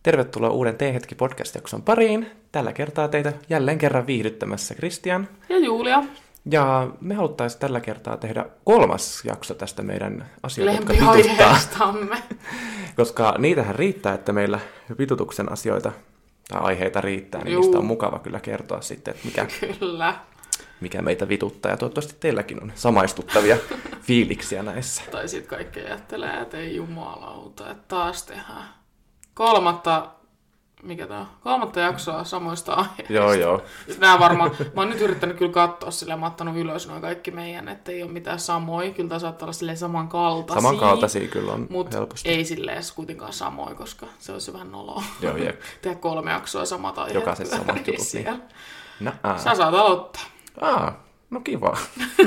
Tervetuloa uuden T-hetki podcast-jakson pariin. Tällä kertaa teitä jälleen kerran viihdyttämässä Kristian ja Julia. Ja me haluttaisiin tällä kertaa tehdä 3. jakso tästä meidän asioita, jotka vituttaa. Koska niitähän riittää, että meillä vitutuksen asioita tai aiheita riittää, niin niistä on mukava kyllä kertoa sitten, että mikä meitä vituttaa. Ja toivottavasti teilläkin on samaistuttavia fiiliksiä näissä. Tai sitten kaikki ajattelee, että ei jumalauta, että taas tehdään 3. jaksoa samoista aiheista. Joo. Nämä varmaan, mä oon nyt yrittänyt kyllä katsoa silleen, mä oon ottanut ylös noin kaikki meidän, että ei ole mitään samoja. Kyllä tää saattaa olla silleen samankaltaisia. Samankaltaisia kyllä on helposti. Ei silleen kuitenkaan samoja, koska se olisi vähän noloa. Joo, jep. Tehdä 3 jaksoa samat aiheet. Jokaisessa samat jutut. Niin. Sä saat aloittaa. No kiva.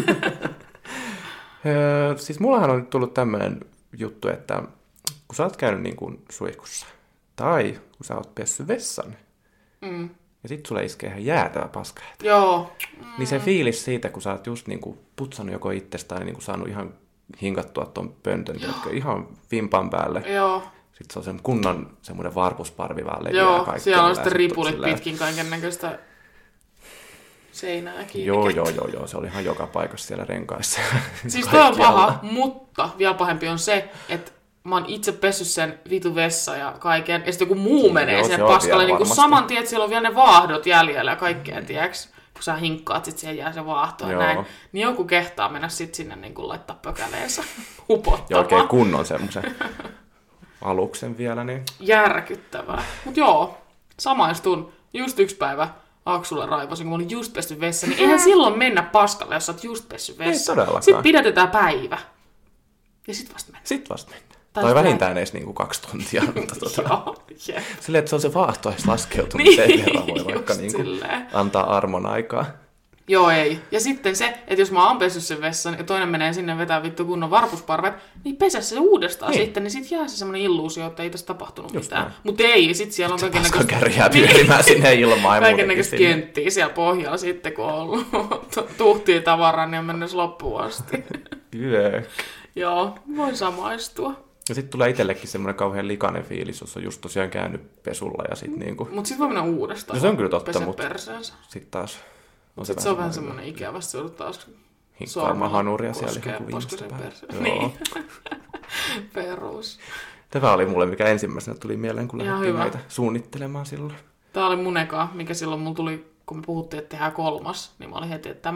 Siis mullahan on nyt tullut tämmönen juttu, että kun sä oot käynyt niin kuin suihkussa, tai kun sä oot pessyt vessan, ja sit sulle iskee ihan jäätävä paska. Joo. Niin se fiilis siitä, kun sä oot just niin kuin putsannut joko itsestä tai niin kuin saanut ihan hinkattua ton pöntön, ihan vimpan päälle. Joo. Sitten se on sen kunnon semmoinen varpusparvi vaan leviää kaikkea. Joo, siellä on sitten ripulit pitkin kaikennäköistä seinää kiinni. Joo, se oli ihan joka paikassa siellä renkaissa. Siis toi on paha, mutta vielä pahempi on se, että mä oon itse pessyt sen vitu vessa ja kaiken, ja sitten joku muu menee sen paskalle, niin kuin saman tien, että siellä on vielä ne vaahdot jäljellä ja kaikkea, tiedäks, kun sä hinkkaat, sit siihen jää se vaahto ja näin, niin joku kehtaa mennä sit sinne niin kuin laittaa pökäleensä hupottamaan. Ja oikein kunnon semmoisen aluksen vielä, niin järkyttävää. Mut joo, samaistun. Just yksi päivä Aksulla raivosin, kun mä olin just pessy vessa, niin eihän silloin mennä paskalle, jos sä oot just pessy vessa. Ei todellakaan. Sitten pidätetään päivä. Ja sit vasta mennään. Tai vähintään edes niinku 2 tuntia. Silleen, että se on se vaahto edes laskeutunut. Niin, sen verran voi vaikka niinku antaa armon aikaa. Joo, ei. Ja sitten se, että jos mä oon pessyt sen vessan ja toinen menee sinne vetää vittu kunnon varpusparvet, niin pesä se uudestaan sitten, niin sit jää se semmoinen illuusio, että ei tässä tapahtunut mitään. Mutta ei, sit siellä on kaikennäköistä kärjää pyörimään sinne ilmaan. Kaikennäköistä kenttiä siellä pohjalla sitten, kun on ollut tuhtia tavaraa, niin on mennyt loppuun asti. Joo, voin samaistua. Ja sitten tulee itsellekin semmoinen kauhean likainen fiilis, jos on just tosiaan käynyt pesulla ja sit niinku. Mut sit voi mennä uudestaan. No se on kyllä totta, mutta sit taas Sitten se on vähän semmoinen ikävä, se on taas hinkkaamaan hanuria siellä viimeistä päivää. Niin. Perus. Tämä oli mulle, mikä ensimmäisenä tuli mieleen, kun lähdettiin näitä suunnittelemaan silloin. Tämä oli mun eka, mikä silloin mulla tuli, kun me puhuttiin, että tehdään 3, niin mä olin heti, että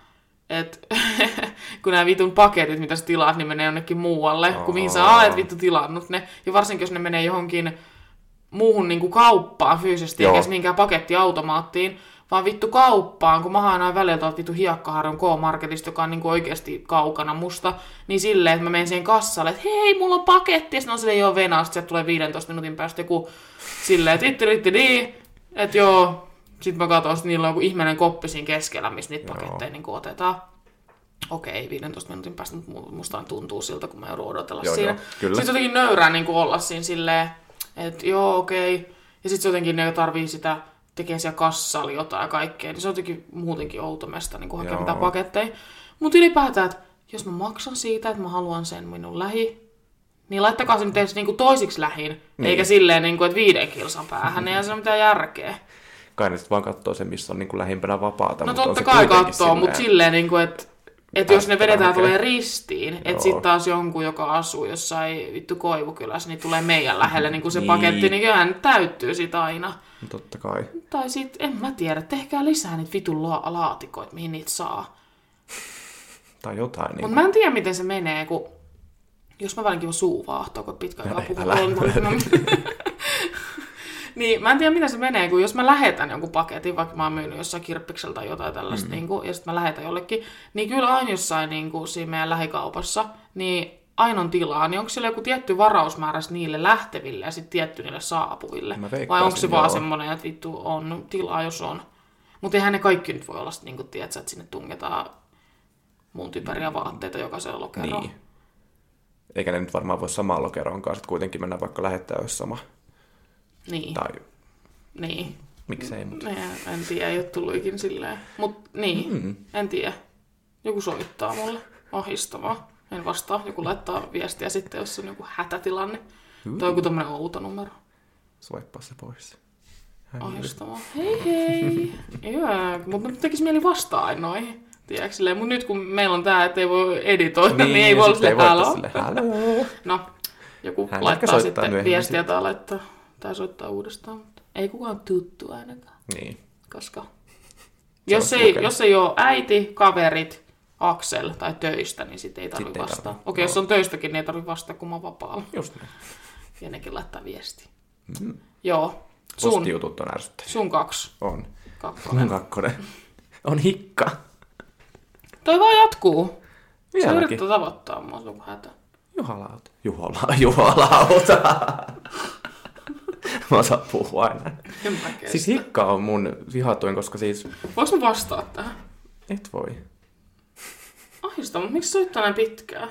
kun nämä vitun paketit, mitä sä tilaat, niin menee jonnekin muualle, kuin mihin sä olet vittu tilannut ne. Ja varsinkin, jos ne menee johonkin muuhun niin kuin kauppaan fyysisesti, eikä mihinkään pakettiautomaattiin, vaan vittu kauppaan, kun mä haen aina välillä tuolta vittu Hiekkaharjun K-Marketista, joka on niinku oikeasti kaukana musta, niin silleen, että mä menen siihen kassalle, että hei, mulla on paketti, ja sitten on silleen, joo, venaa, sitten sieltä tulee 15 minuutin päästä joku silleen, että joo, sitten mä katson, että niillä on joku ihmeinen koppi siinä keskellä, missä niitä paketteja niin otetaan. Okei, 15 minuutin päästä, mutta musta tuntuu siltä, kun mä joudun odotella siinä. Sitten jotenkin nöyrää niin olla siinä silleen, että joo, okei. Ja sitten jotenkin ne tarvii sitä tekee siellä kassalla jotain ja kaikkea, niin se on jotenkin muutenkin outo mesta niin hakea mitään paketteja. Mutta ylipäätään, että jos mä maksan siitä, että mä haluan sen minun lähi, niin laittakaa se nyt edes niin toisiksi lähin, eikä silleen, niin kuin, että 5 kilsan päähän, eihän se ole mitään järkeä. Kai ne sitten vaan katsoo sen, missä on niin kuin lähimpänä vapaata. No totta kai katsoo, mutta silleen, niin kuin, että jos ne vedetään tulee ristiin, että sitten taas jonkun, joka asuu jossain vittu Koivukylässä, niin tulee meidän lähelle niin kuin se paketti, niin kyllähän nyt täyttyy sit aina. Totta kai. Tai sit, en mä tiedä, tehkää lisää niitä vitun laatikoita, mihin niitä saa. Tai jotain. Niin. Mutta mä en tiedä, miten se menee, kun jos mä välinkin on suuvaahtoa, kun pitkään puhun. Niin, mä en tiedä, miten se menee, kun jos mä lähetän jonkun paketin, vaikka mä oon myynyt jossain kirppiksellä tai jotain tällaista, niin kun, ja sitten mä lähetän jollekin, niin kyllä aina jossain niin kun, siinä meidän lähikaupassa, niin aina on tilaa, niin onko siellä joku tietty varausmäärä niille lähteville ja sitten tietty niille saapuville? Vai onko se vaan semmoinen, että vittu on tilaa, jos on? Mutta eihän ne kaikki nyt voi olla, niin kun, tiedätkö, että sinne tungetaan mun typeriä vaatteita jokaisella lokeroon. Niin. Eikä ne nyt varmaan voi samaan lokeroon kanssa, että kuitenkin mennään vaikka lähettää, jos sama. Niin. Tai niin. Miksei, mutta en tiedä, ei ole tullut ikin silleen. Mut niin, en tiedä. Joku soittaa mulle. Ahistavaa. En vastaa. Joku laittaa viestiä sitten, jos on joku hätätilanne. Tai joku tommonen outo numero. Swipeaa se pois. Ahistavaa. Hei. Mutta tekisi mieli vastaan noihin. Mutta nyt kun meillä on tää, että ei voi editoida, niin ei voi olla sille halo. No, joku hän laittaa sitten viestiä tai laittaa tai soittaa uudestaan. Mutta ei kukaan tuttu ainakaan. Niin. Koska jos ei ole äiti, kaverit, Aksel tai töistä, niin sitten ei tarvitse vastaa. Okei, jos on töistäkin, niin ei tarvitse vastaa, kun mä oon vapaalla. Just näin. Ja nekin laittaa viestiä. Joo. Postijutut on ärsyttäviä. Sun 2. On. Mun 2. On hikka. Toi vaan jatkuu. Se yrittää tavoittaa mua, sun hätä. Juhalauta. Mä osaan puhua aina. Siis hikka on mun vihatuin, koska siis... Voinko mä vastaa tähän? Et voi. Ahista, mutta miksi soittaa näin pitkään?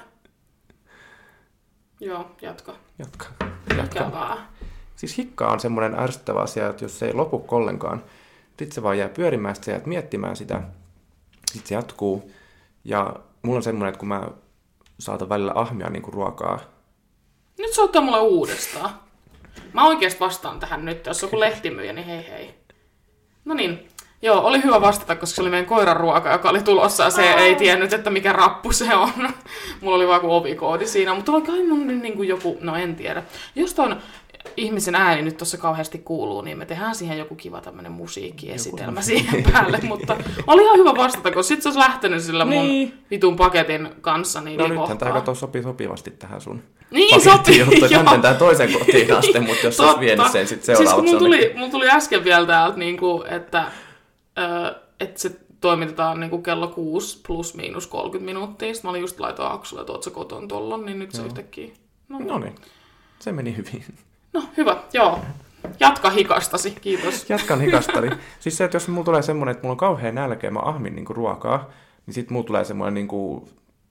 Joo, jatka. Ikävää. Siis hikka on semmoinen ärsyttävä asia, että jos se ei lopu ollenkaan, sit se vaan jää pyörimään, sit sä jäät miettimään sitä, sit se jatkuu. Ja mulla on semmoinen, että kun mä saatan välillä ahmia niin kuin ruokaa. Nyt soittaa mulle uudestaan. Mä oikeasti vastaan tähän nyt, jos joku lehtimyyjä, niin hei. No niin, joo, oli hyvä vastata, koska se oli meidän koiran ruoka, joka oli tulossa ja se ei tiennyt, että mikä rappu se on. Mulla oli vaan kuin ovikoodi siinä, mutta oli kai mun niin kuin joku, no en tiedä. Jos ton ihmisen ääni nyt tuossa kauheasti kuuluu, niin me tehdään siihen joku kiva tämmönen musiikkiesitelmä siihen päälle, mutta oli ihan hyvä vastata, koska sit se olisi lähtenyt sillä mun vitun paketin kanssa niin no nythän tää kato sopii sopivasti tähän sun niin, pakettiin, jotta kanten tän toisen kotiin asti, mutta jos olisi vienyt sen sit seuraavaksi. Siis mulla tuli äsken vielä täältä, niinku, että se toimitetaan niinku kello 6 plus miinus 30 minuuttia. Sitten mä olin just laitoin Aksulle, että oot sä koton tollon, niin nyt se yhtäkkiä. No niin, se meni hyvin. No hyvä, joo. Jatka hikastasi, kiitos. Jatkan hikastani. Siis se, että jos mulla tulee semmoinen, että mulla on kauhean nälkeä, mä ahmin niinku ruokaa, niin sit mulla tulee semmoinen niinku...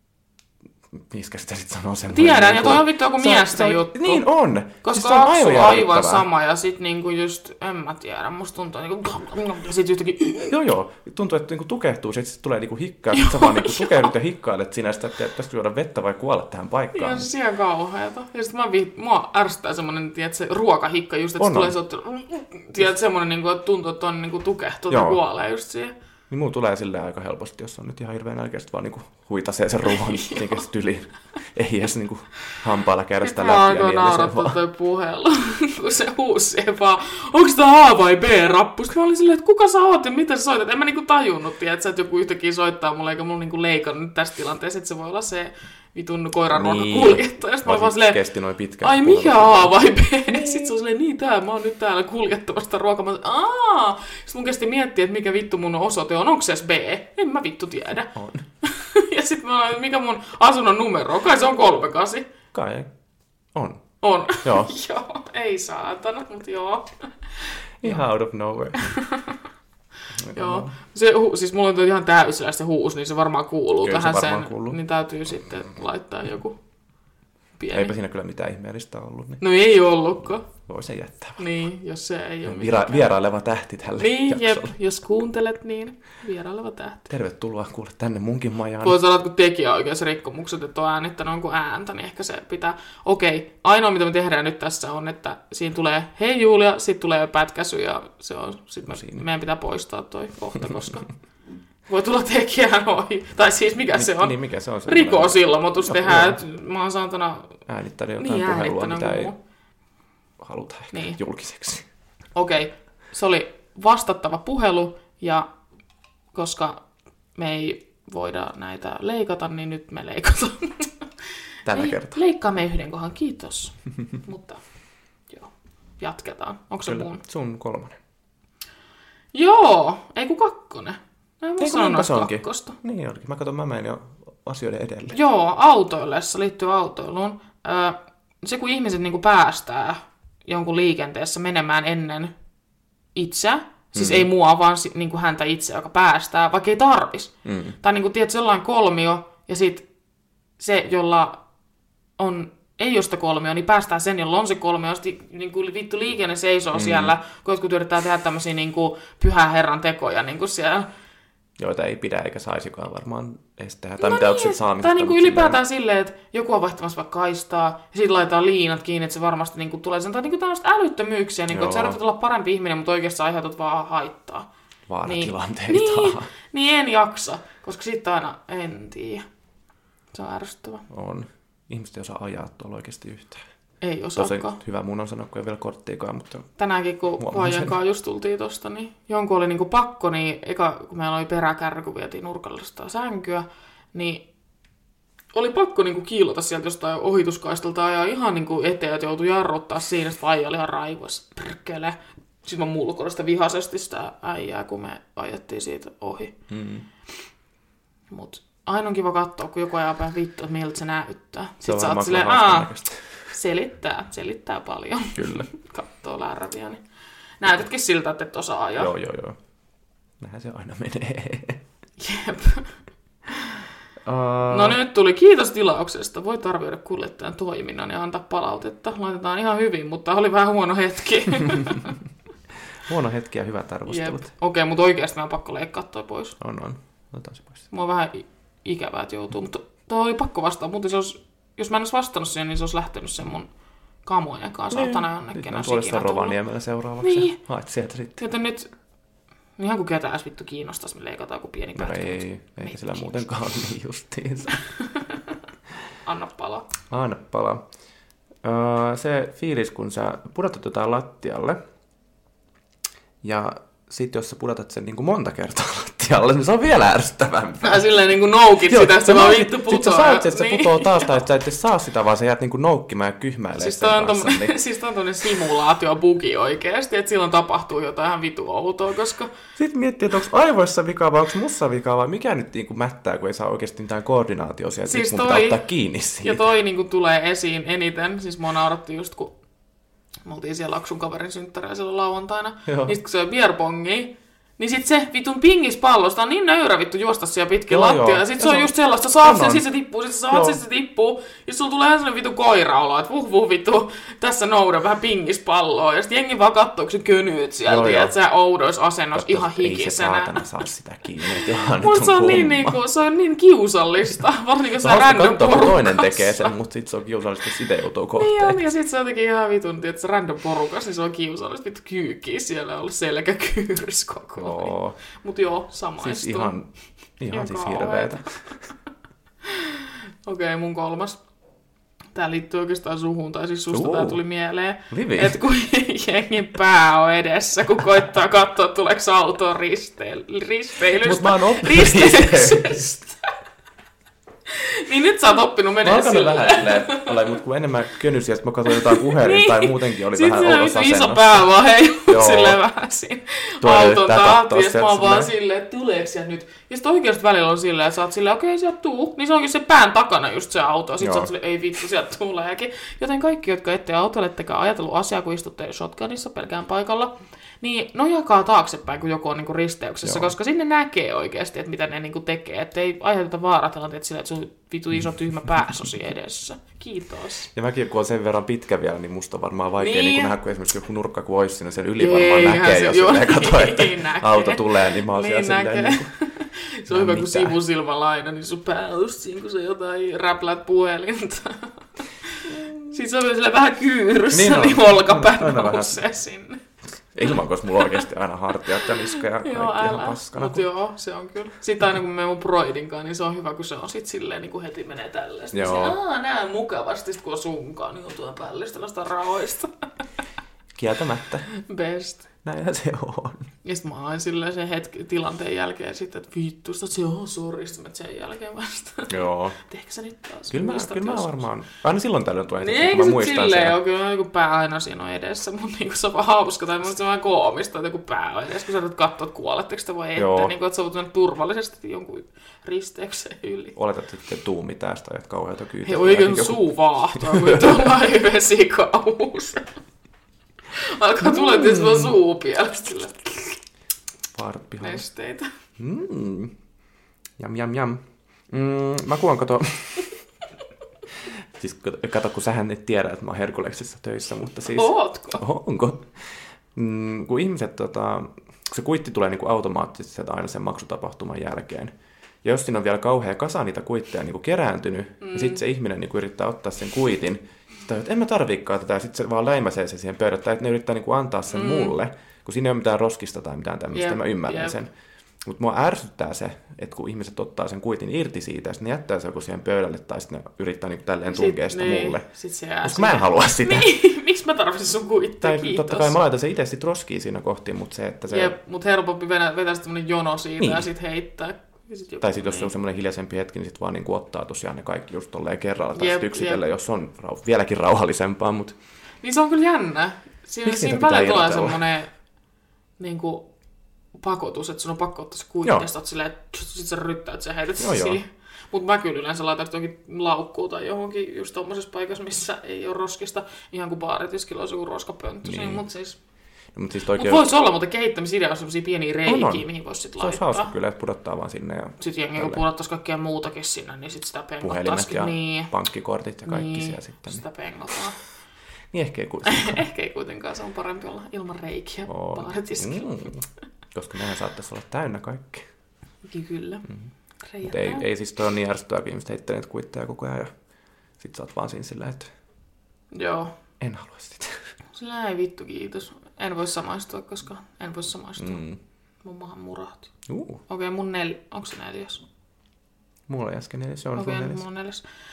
Miskä sitä sit sanoo semmoinen? Tiedän, ja toi on vittu joku miesten juttu. Niin on. Koska siis Aksu on aivan sama, ja sit niinku just, en mä tiedä, musta tuntuu niinku... Ja sit yhtäkin... Joo. Tuntuu, että niinku tukehtuu, sit tulee niinku hikkaa, sit sä vaan niinku tukehdut ja hikkailet sinä sitä, että pitäisikö juoda vettä vai kuolla tähän paikkaan. Ja se on kauheeta. Ja sit mua ärsyttää semmonen, tiedät, se ruokahikka just, että se tulee tiedät, semmonen niinku, että tuntuu, että on niinku tukehtuu ja kuolee just siihen. Niin muu tulee silleen aika helposti, jos on nyt ihan hirveän nälkeä, vaan niinku huitasee sen ruoan yli. Ei edes niinku hampailla käydä sitä läpi. Mä alkoin naurattaa toi puhelu, kun se huusi siihen vaan, onks tää A vai B-rappu? Sitten mä olin silleen, että kuka sä oot ja mitä sä soitat? En mä niinku tajunnut, että joku yhtäkkiä soittaa mulle, eikä mulla niinku leikannut tässä tilanteessa, että se voi olla se vitun koiran ruokakuljettaja. Sitten mä olin vaan silleen, kesti noin pitkään. Ai mikä A vai B? Sitten se on silleen, niin mä oon nyt täällä kuljettamasta ruokaa. Mä olin, Sitten mun kesti miettiä, että mikä vittu mun osoite on. Onko se B? En mä vittu tiedä. On. Ja sitten mä olin, mikä mun asunnon numero on? Kai se on 38. Kai on. On. Joo. Joo, ei saatana, mutta joo. Ihan out of nowhere. Joo. Siis mulla on ihan täysillä se huus, niin se varmaan kuuluu kyllä, tähän se varmaan sen. Kuuluu. Niin täytyy sitten laittaa joku pieni. Eipä siinä kyllä mitään ihmeellistä ollut. Niin. No ei ollutkaan. Voi sen jättää. Niin, jos se ei ole vieraileva tähti tälle niin, jaksolle. Jep, jos kuuntelet, niin vieraileva tähti. Tervetuloa kuule tänne munkin majaan. Voi sanoa, että kun tekijäoikeusrikkomukset, että on äänittänyt jonkun ääntä, niin ehkä se pitää... Okei, ainoa mitä me tehdään nyt tässä on, että siinä tulee hei Julia, sitten tulee pätkäsy ja se on... Sitten meidän pitää poistaa toi kohta, koska... Voi tulla tekijään ohi. Tai siis mikä se on? Niin, mikä se on? Rikosilmoitus tehdään, että mä oon saatana... Äänittänyt jotain puhelua, mitä ei haluta ehkä julkiseksi. Okei, se oli vastattava puhelu, ja koska me ei voida näitä leikata, niin nyt me leikataan. Tällä kertaa. Leikkaamme yhden kohan, kiitos. Mutta joo, jatketaan. Onko se mun? Sun 3. Joo, ei kun 2. Ei kun se onkin. Niin onkin. Mä menen jo asioiden edelle. Joo, autoillessa liittyy autoiluun. Se kun ihmiset niinku päästää jonkun liikenteessä menemään ennen itseä, siis ei mua, vaan niinku häntä itse, joka päästää, vaikka ei tarvis. Tai niinku, tiedät, sellainen kolmio, ja sit se, jolla on, ei ole sitä kolmio, niin päästää sen, jolla on se kolmio, ja sit niinku, vittu liikenne seisoo siellä, kun jotkut yrittää tehdä tämmöisiä niinku, pyhän herran tekoja niinku siellä joita ei pidä eikä saisikaan varmaan edes tehdä. Tai mitä onko saamista? Tai niinku ylipäätään silleen, että joku on vaihtamassa vaikka kaistaa, ja sitten laitetaan liinat kiinni, että se varmasti niinku tulee sen, tai niinku tämmöistä älyttömyyksiä, niinku, että sä yrität olla parempi ihminen, mutta oikeasti sä aiheutat vaan haittaa. Vaaratilanteita. Niin en jaksa, koska sitten aina en tiedä. Se on ärsyttävä. On. Ihmiset ei osaa ajaa tuolla oikeasti yhtään. Ei osaakaan. Hyvä mun on sanoa, kun ei vielä korttiikaan, mutta... Tänäänkin, kun Vaijankaan just tultiin tosta, niin jonkun oli niinku pakko, niin kun meillä oli peräkärry, kun vietiin nurkallista sänkyä, niin oli pakko niinku kiilota sieltä jostain ohituskaistalta ja ihan niinku eteen, että joutui jarruttaa siinä, että Vaija oli ihan raivoissa. Perkele. Sitten mä mulkoin sitä vihaisesti sitä äijää, kun me ajettiin siitä ohi. Mut aina on kiva katsoa, kun joku ajaa päin vittu, että miltä se näyttää. Sitten sä oot silleen, selittää paljon. Kyllä. Kattoo lärviä, niin näytätkin siltä, että et osaa ajaa. Joo. Näinhän se aina menee. Jep. No nyt tuli kiitos tilauksesta. Voit arvioida kuljettajan toiminnan ja antaa palautetta. Laitetaan ihan hyvin, mutta oli vähän huono hetki. Huono hetki ja hyvät arvostelut. Okei, mutta oikeasti mä on pakko leikkaa toi pois. On. Otetaan se pois. Mua on vähän ikävää, että joutuu, mutta toi oli pakko vastaa. Muuten se olisi, jos mä en olisi vastannut siihen, niin se olisi lähtenyt sen mun kamojen kanssa saatana jonnekin. Nyt on tuolla Rovaniemellä seuraavaksi. Niin. Haet sieltä sitten. Joten nyt, ihan kun ketään vittu kiinnostaisi, me leikataan joku pieni pätkä. Ei sillä muutenkaan niin justiinsa. Anna palaa. Anna palaa. Se fiilis, kun sä pudotat jotain lattialle, ja sitten jos sä pudotat sen niin kuin monta kertaa lattialle, niin se on vielä ärsyttävämpää. Silleen niin kuin noukit sitä, että se vaan vittu putoaa. Sitten sä saat, että se putoo taas, tai että sä et saa sitä, vaan sä jäät niin kuin noukkimaan ja kyhmäilemään siis sen kanssa. Siis toi on tommonen simulaatio-bugi oikeesti, että silloin tapahtuu jotain ihan vitu outoa, koska... Sitten miettii, että onko aivoissa vikaa vai onko mussa vikaa vai mikä nyt niin kuin mättää, kun ei saa oikeasti mitään koordinaatioa sieltä, siis mun pitää ottaa kiinni siitä. Ja toi niin kuin tulee esiin eniten, siis mua nauratti just kun me oltiin siellä Laksun kaverin synttäreillä silloin lauantaina. Joo. Niin sit kun se on beerpongia, niin sit se vitun pingispallosta on niin nöyrä vittu juosta siellä pitkin lattia. Ja sit se on just sellaista, saat sen, sit se tippuu, sit saat sen, sit se tippuu. Ja sulla tulee ihan sellainen vittu koiraolo, että vuh vittu, tässä nouda vähän pingispalloa. Ja sit jengi vaan kattoo, kun se könyt sieltä, ja että sä oudois asennossa ihan hikisenä. Ei se saatana saa sitä kiinni, että ihan nyt on se on niin kiusallista, varsinkin se random porukassa. Katsoa, toinen tekee sen, mutta sit se on kiusallista, että sitä joutuu kohteeksi. Niin, ja sit se on jotenkin ihan vitun, että se random porukassa, niin se on kiusallista, vittu kyykkiä siellä olla selkäkyyrys koko. Joo. Mut joo, samaistuu. Siis ihan siis hirveetä. Okei, mun kolmas. Tää liittyy oikeastaan suhun, tai siis susta tää tuli mieleen. Että kun jengin pää on edessä, kun koittaa katsoa, tuleeko autoon risteilystä. Mut mä oon oppinut risteyksestä. Niin nyt sä oot oppinut menee silleen. Mä oon vähän silleen, mutta kun enemmän könysiä, että mä katsoin jotain puhelin tai muutenkin oli vähän oudossa asennossa. Iso pää vaan heiluu silleen vähän siinä auton tahtiin, ja mä oon vaan silleen, että tuleeko sieltä nyt. Ja sit oikeasti välillä on silleen, että sä oot silleen, okei, sieltä tuu. Niin se onkin se pään takana just se auto. Sit sä oot silleen, ei vittu, sieltä tuleekin. Joten kaikki, jotka ette autolle ettekä ajatellut asiaa, kun istutte shotgunissa pelkään paikalla, niin nojakaa taaksepäin, kun joku on niinku risteyksessä, koska sinne näkee oikeasti, että mitä ne niinku tekee. Että ei aiheuteta vaaratilanteet sillä, että sun vitu iso tyhmä pääsosi edessä. Kiitos. Ja mäkin, kun on sen verran pitkä vielä, niin musta on varmaan vaikea niin nähdä, kun esimerkiksi joku nurkka, kun olisi siinä, sen yli varmaan näkee, jos silleen katsoo, että auto tulee, niin mä oon siellä silleen niin kuin, se on hyvä, kun sivusilmalla aina, niin sun pää on just siinä, kun se jotain räplät puhelinta. Sitten se on vielä vähän kyyryssä, niin olkapää nousee sinne. Ilman, koska mulla oikeasti aina hartiat ja niska ja kaikki ihan paskana. Mutta joo, se on kyllä. Sitten aina kun me mun broidinkaan, niin se on hyvä, kun se on sit silleen, niin kuin heti menee tälleen. Sitten näen mukavasti, sit kun on sunkaan, niin on tuon päällistä sitä rahoista. Kieltämättä. Best. Näinhän se on. Ja sit mä oon silleen sen tilanteen jälkeen sitten, että vittu, että se on soristunut sen jälkeen vasta. Joo. Ehkä sä nyt taas. Kyllä mä varmaan. Aina silloin tällöin tulee. Niin eikö sit silleen joo, kyllä joku pää aina siinä on edessä, mutta niinku se on vaan hauska, tai musta se on vähän koomista, että joku pää on edessä, kun sä yrität katsoa, että kuoletteko sitä vai ette, niin että sä voit mennä turvallisesti jonkun risteykseen yli. Oletat, että tuu mitään sitä, että kauheata kyytä. Hei, oikein suu vaahtoa, kun tuolla ei vesikaus. Alkaa tulla tietysti vaan suupielestä sillä. Vaarat pihalla. Nesteitä. Jam. Mä kuvan siis kato, kun sähän et tiedä, että mä oon Herkuleksissa töissä, mutta siis... Ootko? Onko? Kun ihmiset koska se kuitti tulee niin kuin automaattisesti sieltä aina sen maksutapahtuman jälkeen. Ja jos siinä on vielä kauhea kasa niitä kuitteja niin kuin kerääntynyt, niin sitten se ihminen niin kuin yrittää ottaa sen kuitin, että en mä tarviikaan tätä, ja sitten se vaan läimäsee se siihen pöydälle, että ne yrittää niin kuin antaa sen mulle, kun siinä ei ole mitään roskista tai mitään tämmöistä, mä ymmärrän sen. Mutta mua ärsyttää se, että kun ihmiset ottaa sen kuitin irti siitä, ja sitten ne jättää se joku siihen pöydälle, tai sitten ne yrittää niin tälleen tunkea sitä mulle. Koska mä en halua sitä. Niin, miksi mä tarvitsin sun kuittia, kiitos. Totta kai mä laitan sen itse sit roskiin siinä kohti, mutta se, että se... Mutta helpompi vetää semmoinen jono siitä ja sitten heittää. Tai sitten jos se on semmoinen hiljaisempi hetki, niin sitten vaan niin ottaa tosiaan ne kaikki just tolleen kerralla tai yksitellen, jos on vieläkin rauhallisempaa. Mut... Niin se on kyllä jännä. Siinä välillä tulee semmoinen niinku pakotus, että sun on pakko ottaa se kuitti ja sit sä ryttäät sen heität siihen. Mutta mä kyllä yleensä laitan johonkin laukkuun tai johonkin just tommosessa paikassa, missä ei ole roskista. Ihan kuin baaritiskillä olisi joku roskapönttö. Niin. Mutta siis voisi olla muuten kehittämisideoissa sellaisia pieniä reikiä, mihin voisi sitten laittaa. Se olisi hauska kyllä, että pudottaa vaan sinne. Ja sitten jengi kun pudottaisi kaikkea muutakin sinne, niin sitten sitä pengottaisikin. Puhelimet ja pankkikortit ja kaikki siellä sitten. Sitä pengotaan. Niin ehkä ei kuitenkaan. Ehkä ei kuitenkaan, se on parempi olla ilman reikiä baaritiskillä. Koska nehän saattaisi olla täynnä kaikki. Kyllä. Mutta ei siis toi on niin ärsyttävää, kun ihmiset heittelee niitä kuitteja koko ajan. Ja sit sä oot vaan siinä silleen, että en halua sitä. Sillä ei vittu kiitos. En voi samaistua, koska en voi samaistua. Mun mahan murahti. Okei, mun onko se 4? Mulla on äsken 4, se on mulla 4.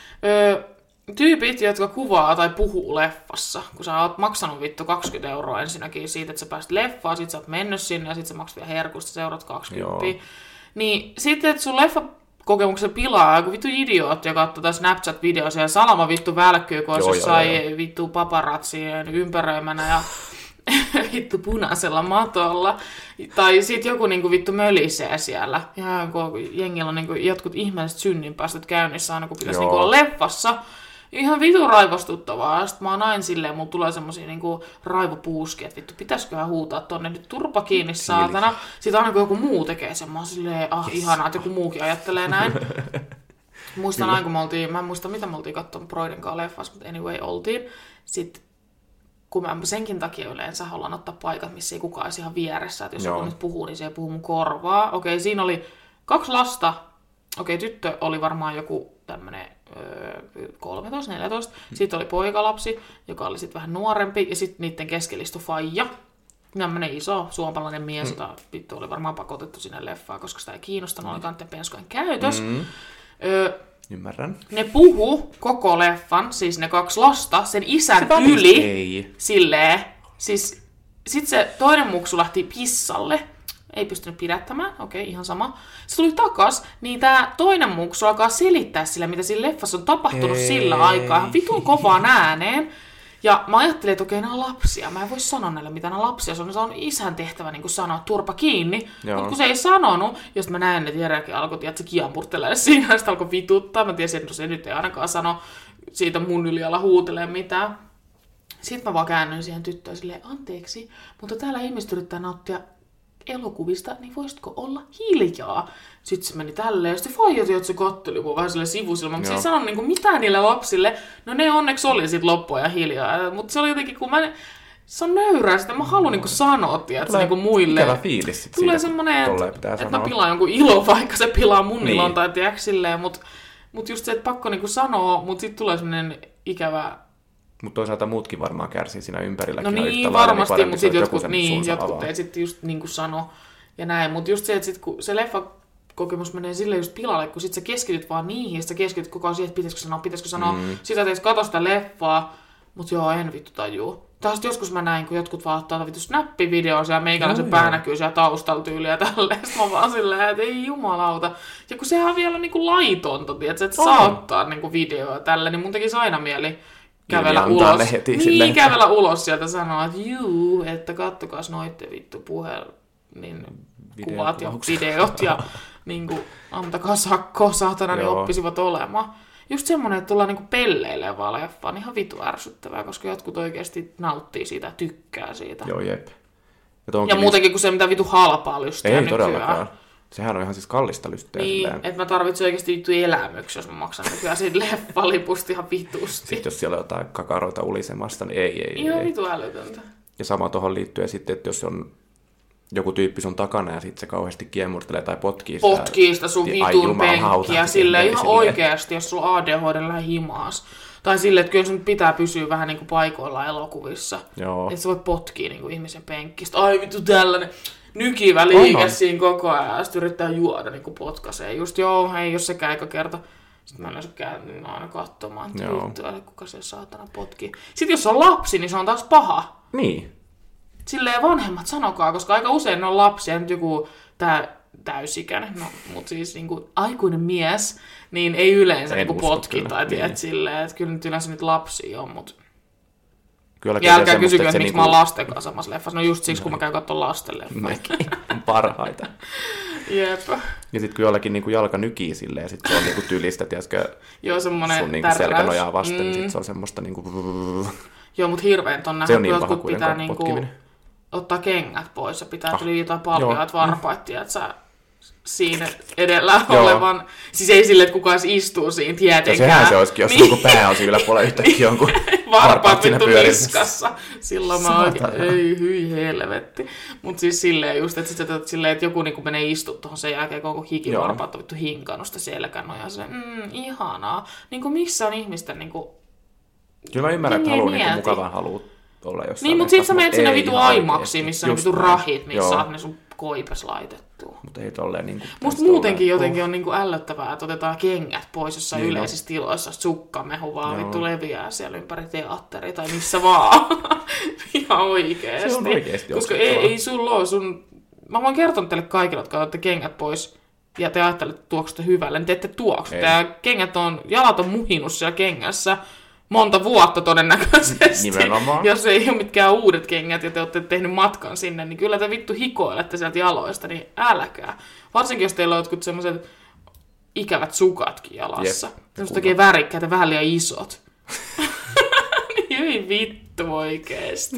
Tyypit, jotka kuvaa tai puhuu leffassa, kun sä oot maksanut vittu 20 € ensinnäkin siitä, että sä pääsit leffaan, sit sä oot mennyt sinne ja sit sä maksat vielä herkusta, seurat 20. Niin sitten, että sun leffakokemuksen pilaa joku vittu idiootti, joka ottaa Snapchat-videosia ja salama vittu välkkyy, kun olisi jossain vittu paparatsien ympäröimänä ja vittu punaisella matolla. Tai sit joku niinku vittu mölisee siellä. Ja kun jengillä on niinku jotkut ihmeelliset synninpäästöt käynnissä aina, kun pitäisi niinku olla leffassa. Ihan vitun raivostuttavaa. Sitten mä oon aina silleen, mulla tulee semmosia niinku raivopuuskia, että vittu, pitäisiköhän huutaa tonne nyt turpa kiinni, saatana. Sitten aina kun joku muu tekee sen, mä oon silleen, ihanaa, että joku muukin ajattelee näin. Muistan aina, kun me oltiin, mä en muista mitä me oltiin katsomaan Broiden kanssa leffassa, mutta anyway oltiin. Sitten kun mä senkin takia yleensä haluan ottaa paikat, missä ei kukaan olisi ihan vieressä. Että jos joku nyt puhuu, niin se ei puhu mun korvaa. Okei, siinä oli 2 lasta. Okei, tyttö oli varmaan joku tämmönen 13-14. Sitten oli poikalapsi, joka oli sitten vähän nuorempi. Ja sitten niiden keskellä istui faija. Tämmönen iso suomalainen mies, jota vittu oli varmaan pakotettu sinne leffaan, koska sitä ei kiinnostanut olikaan niiden penskojen käytös. Ymmärrän. Ne puhu koko leffan, siis ne 2 lasta, sen isän yli. Silleen. Siis, sit se toinen muksu lähti pissalle. Ei pystynyt pidättämään, okei, ihan sama. Se tuli takas, niin tää toinen muksu alkaa selittää sille, mitä siinä leffassa on tapahtunut sillä aikaa. Ihan vitun kovaan ääneen. Ja mä ajattelin, että okei, nämä on lapsia. Mä en voi sanoa näille, mitä nämä lapsia on. Se on isän tehtävä niin sanoa turpa kiinni. Mutta kun se ei sanonut, jos mä näen, että Jerekin alkoi, että se kiampurtelee siinä, ja sitten alkoi vituttaa. Mä tiesin, että se nyt ei ainakaan sano siitä mun ylialla huutelee mitään. Sitten mä vaan käännyin siihen tyttöön silleen, anteeksi, mutta täällä ihmiset yrittää nauttia elokuvista, niin voisitko olla hiljaa? Sitten se meni tälleen, ja sitten faijat, että se katteli mua vähän sille sivusilma, mutta se ei sanonut niin mitään niille lapsille. No ne onneksi oli sitten loppuja hiljaa, mutta se oli jotenkin, kun se on nöyrää sitä, mä haluan niin sanoa, tiedätkö, niin muille. Ikävä fiilis sit tulee semmoinen, että mä pilaan jonkun ilo, vaikka se pilaa mun ilon, tai tiedätkö silleen, mutta just se, että pakko niin sanoa, mutta sitten tulee semmoinen ikävä. Mutta toisaalta muutkin varmaan kärsii siinä ympärilläkin. No niin, varmasti, mutta sitten jotkut ei sitten just niin kuin sano ja näin. Mutta just se, että sit, kun se leffakokemus menee silleen just pilalle, kun sit sä keskityt vaan niihin, ja sä keskityt koko ajan siihen, että pitäisikö sanoa. Sitä teet katso sitä leffaa, mutta joo, en vittu tajuu. Taas joskus mä näin, kun jotkut vaan ottaa vittu snappivideoa ja meikäläisen pää näkyy siellä taustalla tyyliä tälleen. Sitten mä vaan silleen, että ei jumalauta. Ja kun sehän on vielä niinku laitonta, tiiätkö, että saa ottaa niinku videoa tälle, niin mun tekisi aina mieli kävellä ulos. Kävellä ulos sieltä sanoa, että juu, että kattokas noitte vittu niin kuvat ja videot ja niinku, antakaa sakkoa, saatana, niin oppisivat olemaan. Just semmonen, että tullaan niinku pelleilemään vaan leffaan, ihan vitu ärsyttävää, koska jotkut oikeasti nauttii siitä ja tykkää siitä. Joo, jep. Ja muutenkin kuin se, mitä vitu halpaa lystiä ei nykyään. Todellakaan. Sehän on ihan siis kallista lystiä. Niin, että mä tarvitsen oikeasti vittu elämyksi, jos mä maksan nykyään siitä leffalipusta ihan vitusti. Sitten jos siellä on jotain kakaroita ulisemasta, niin ei. Ihan vitu älytöntä. Ja sama tuohon liittyen sitten, että jos on joku tyyppi sun takana ja sitten se kauheasti kiemurtelee tai potkii sitä sun vitun penkkiä silleen ihan oikeasti, jos sulla ADHD lähde himaas. Tai silleen, että kyllä sun pitää pysyä vähän niin kuin paikoillaan elokuvissa. Joo. Että sä voit potkia niin kuin ihmisen penkkistä. Ai vittu tällainen nykivä liike siinä koko ajan. Ja sitten yrittää juoda niin kuin potkaisee. Just ei jos se käykö kerta. Sitten mä yleensä käyn aina katsomaan, että kuka se saatana potkii. Sitten jos on lapsi, niin se on taas paha. Niin. Silleen vanhemmat sanokaa, koska aika usein ne on lapsia. Nyt joku täysikäinen, mutta siis niinku aikuinen mies, niin ei yleensä niinku potki tai tiedät silleen, että kyllä nyt yleensä nyt lapsia on, mutta ja älkää kysykö, että miksi mä oon lasten kanssa samassa leffassa. No just siksi, kun mä käyn katsomaan lasten leffaa. On parhaita. Jep. Ja sit kun jollakin niinku jalka nykii silleen, ja sit se on niinku tylistä, tiedätkö, sun niinku selkänojaa vasten, niin sit se on semmoista niinku... Joo, mut hirveän ton nähdä, kun jotkut pitää niinku ottaa kengät pois ja pitää tuli jotain paljon, että varpaat, tiedät sä, siinä edellä olevan. Siis ei silleen, että kukaan istuu siinä tietenkään. Ja sehän se olisikin, jos niin. Pää on siinä yläpuolella yhtäkkiä jonkun varpaat vittu niskassa. Silloin mä oikein, ei hyi helvetti. Mut siis silleen just, että sit silleen, että joku niinku menee istua tuohon sen jälkeen, koko hikivarpaat on vittu hinkannut sitä selkänojaa. Ihanaa. Niinku missä on ihmisten niinku... Kyllä mä ymmärrän, että haluaa niinku mukavan haluaa olla jossain. Niin, mutta sit sä menet sinne vitu aimaksiin, missä on vitu rahit, missä saat ne sun koipes laitettua. Mutta ei tolleen niinku... Musta muutenkin jotenkin on niinku ällöttävää, että otetaan kengät pois jossain niin yleisissä tiloissa, sukkamehu vaan vittu leviää siellä ympäri teatteri tai missä vaan. Ihan oikeesti. Se on oikeesti. Koska ei sulla ole sun... Mä voin kertoa teille kaikille, jotka otatte kengät pois ja te ajattelette tuoksusta hyvälle, niin te ette tuoksu. Jalat on muhinut siellä kengässä monta vuotta todennäköisesti. Nimenomaan. Jos ei ole mitkään uudet kengät ja te olette tehnyt matkan sinne, niin kyllä te vittu hikoilette sieltä jaloista, niin älkää. Varsinkin jos teillä on jotkut semmoiset ikävät sukatkin jalassa. Semmoista oikein värikkäitä, vähän liian isot. Niin hyvin vittu oikeesti.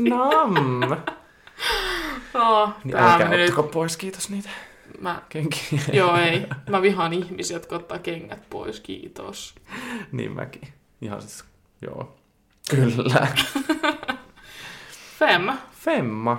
Niin älkää ottako pois, kiitos niitä kenkiä. Joo ei, mä vihaan ihmisiä, jotka ottaa kengät pois, kiitos. Niin mäkin. Ihan siis... Joo. Kyllä. Femma.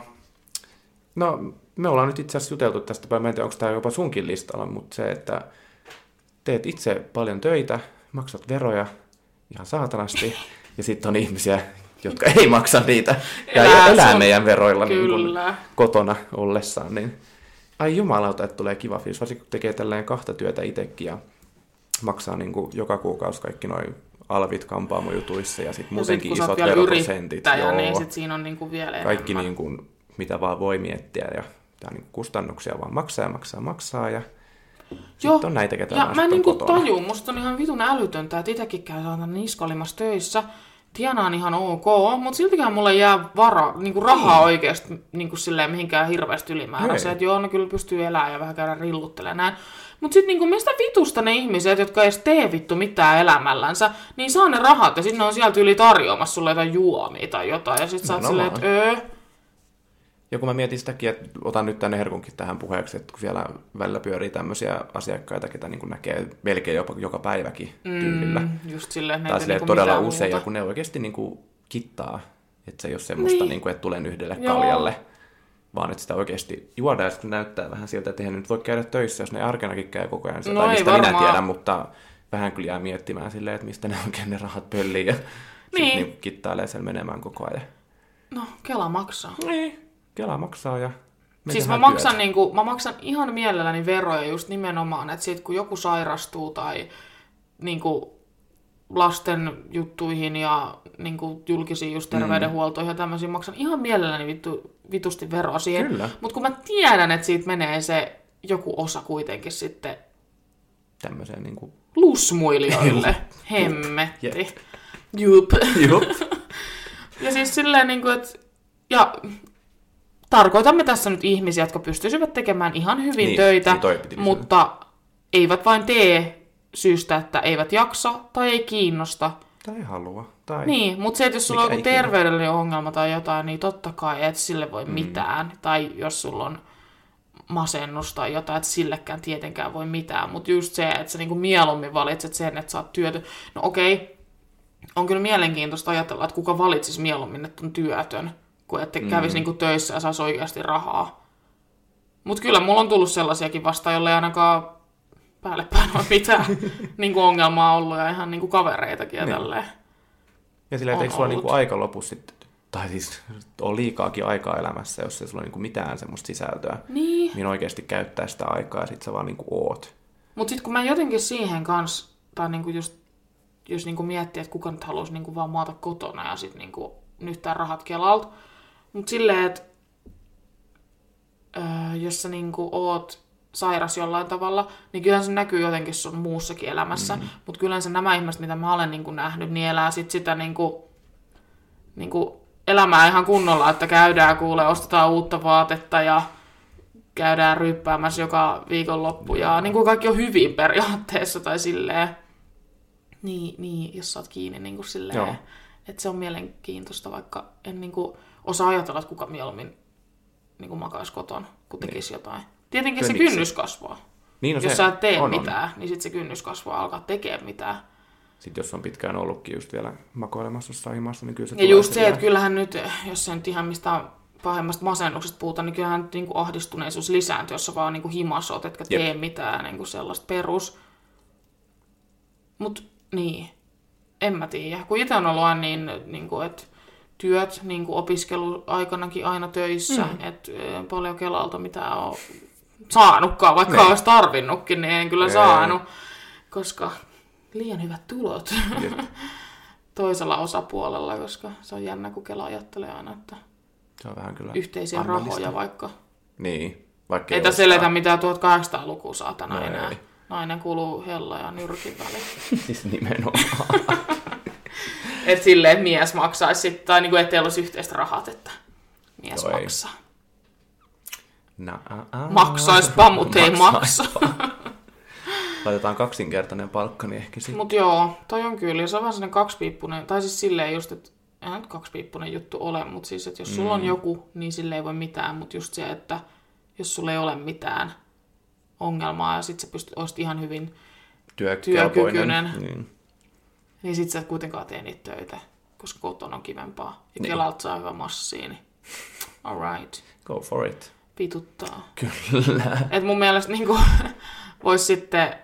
No, me ollaan nyt itse asiassa juteltu tästä, mä en tiedä, onko tämä jopa sunkin listalla, mutta se, että teet itse paljon töitä, maksat veroja ihan saatanasti, ja sitten on ihmisiä, jotka ei maksa niitä, ja elää meidän veroilla niin kotona ollessaan, niin ai jumalauta, että tulee kiva fiilis, varsinkin kun tekee tällainen 2 työtä itsekin, ja maksaa niin kuin joka kuukausi kaikki noin alvit kampaamojutuissa ja sitten muutenkin isot veroprosentit. Niin sit siinä on niinku vielä kaikki enemmän. Niinku, mitä vaan voi miettiä ja niinku kustannuksia vaan maksaa ja sitten on näitä, ketä mä niinku tajun, musta on ihan vitun älytöntä, että itsekin käy niskolimassa töissä, tienaan ihan ok, mutta siltikään mulle jää niinku rahaa oikeasti niinku silleen mihinkään hirveästi ylimääräiseen, että joo, ne kyllä pystyy elämään ja vähän käydä rilluttelemaan näin. Mutta sitten niinku, mistä vitusta ne ihmiset, jotka ei edes tee vittu mitään elämällänsä, niin saa ne rahat ja sitten ne on sieltä yli tarjoamassa sulle jotain juomia tai jotain. Ja sitten sä oot silleen, että Ja kun mä mietin sitäkin, että otan nyt tänne herkunkin tähän puheeksi, että kun siellä välillä pyörii tämmöisiä asiakkaita, ketä niin näkee melkein jopa joka päiväkin tyylillä. Just silleen, tai silleen todella usein, ja kun ne oikeasti niin kuin kittaa, että se ei ole semmoista, niin kuin, että tulen yhdelle kaljalle. Vaan että sitä oikeasti juodaan, ja sitten näyttää vähän siltä, että eihän nyt voi käydä töissä, jos ne arkenakin käy koko ajan. Tai mistä minä tiedän, mutta vähän kyllä jää miettimään silleen, että mistä ne oikein ne rahat pöllii, ja sitten kittailee sen menemään koko ajan. No, Kela maksaa. Niin, Kela maksaa, ja siis mä maksan ihan mielelläni veroja just nimenomaan, että sit kun joku sairastuu tai niinku lasten juttuihin ja niinku julkisiin just terveydenhuoltoihin ja tämmöisiin maksan ihan mielelläni vitusti veroa siihen. Mutta kun mä tiedän, että siitä menee se joku osa kuitenkin sitten tämmöiseen niinku lusmuilijoille. Hemmetti. Jup. Ja siis silleen niinku, että ja tarkoitamme tässä nyt ihmisiä, jotka pystyisivät tekemään ihan hyvin töitä, mutta eivät vain tee syystä, että eivät jaksa tai ei kiinnosta. Tai halua. Tai niin, mutta se, että jos sulla on joku terveydellinen ongelma tai jotain, niin totta kai et sille voi mitään. Tai jos sulla on masennus tai jotain, että sillekään tietenkään voi mitään. Mutta just se, että sä niinku mieluummin valitset sen, että sä oot työtön. No okei, on kyllä mielenkiintoista ajatella, että kuka valitsisi mieluummin, että on työtön, kuin että kävisi niinku töissä ja saisi oikeasti rahaa. Mutta kyllä mulla on tullut sellaisiakin vastaan, jolle ei ainakaan päälle päin ole mitään niin kuin ongelmaa ollut ja ihan niin kuin kavereitakin ja tälleen. Ja sillä eikö sulla niin kuin aika lopu sitten, tai siis on liikaakin aikaa elämässä, jos ei sulla ole niin kuin mitään semmoista sisältöä, niin oikeasti käyttää sitä aikaa ja sitten sä vaan niin kuin oot. Mutta sitten kun mä jotenkin siihen kanssa, tai niin kuin jos niin kuin miettii, että kuka nyt haluaisi niin kuin vaan maata kotona ja sitten niin nyhtää rahat Kelalta, mutta silleen, että jos sä niin kuin oot sairas jollain tavalla, niin kyllähän se näkyy jotenkin sun muussakin elämässä. Mutta kyllähän nämä ihmiset, mitä mä olen niin kuin nähnyt, niin elää sit sitä niin kuin elämää ihan kunnolla, että käydään ostetaan uutta vaatetta ja käydään ryyppäämässä joka viikonloppu ja niin kuin kaikki on hyvin periaatteessa tai silleen. Niin, jos sä oot kiinni niin kuin silleen, että se on mielenkiintoista, vaikka en niin kuin osaa ajatella, että kuka mieluummin niin kuin makaisi kotona, kun tekisi jotain. Tietenkin se kynnys kasvaa. Niin, jos sä et tee mitään, niin sitten se kynnys kasvaa alkaa tekemään mitään. Sitten jos on pitkään ollutkin just vielä makoilemassa jossain himassa, niin kyllä se ja just se, että kyllähän nyt, jos se nyt ihan mistään pahemmasta masennuksesta puhutaan, niin kyllähän nyt niin kuin ahdistuneisuus lisääntyy, jos sä vaan niin kuin himassa oot, etkä tee mitään niin kuin sellaista perus. Mut niin, en mä tiedä. Kun itse on ollut aina niin kuin, että työt niin kuin opiskeluaikanakin aina töissä, että paljon Kelalta mitään on saanutkaan, vaikka olisi tarvinnutkin, niin en kyllä saanut, koska liian hyvät tulot toisella osapuolella, koska se on jännä, kun Kela ajattelee aina, että se on vähän kyllä yhteisiä annallista rahoja vaikka. Niin, vaikka ei tässä eletä mitään 1800-lukua saatana enää. Ei. Nainen kuuluu hella ja nyrkin väliin. Siis nimenomaan. Että silleen, että mies maksaisi, tai niinku, ettei olisi yhteistä rahat, että mies maksaa. Maksaispa, mutta ei maksa. Laitetaan kaksinkertainen palkka, niin ehkä sitten. Mut joo, toi on kyllä. Se on vähän sellainen kaksipiippunen, tai siis silleen just, että eihän nyt kaksipiippunen juttu ole, mutta siis, että jos sulla on joku, niin sille ei voi mitään, mutta just se, että jos sulla ei ole mitään ongelmaa ja sit sä olisit ihan hyvin työkykyinen, niin sit sä et kuitenkaan tee niitä töitä, koska kotona on kivempaa. Ja Kelalta saa hyvä massia, niin alright. Go for it. Pituttaa. Kyllä. Et mun mielestä niinku vois sitten,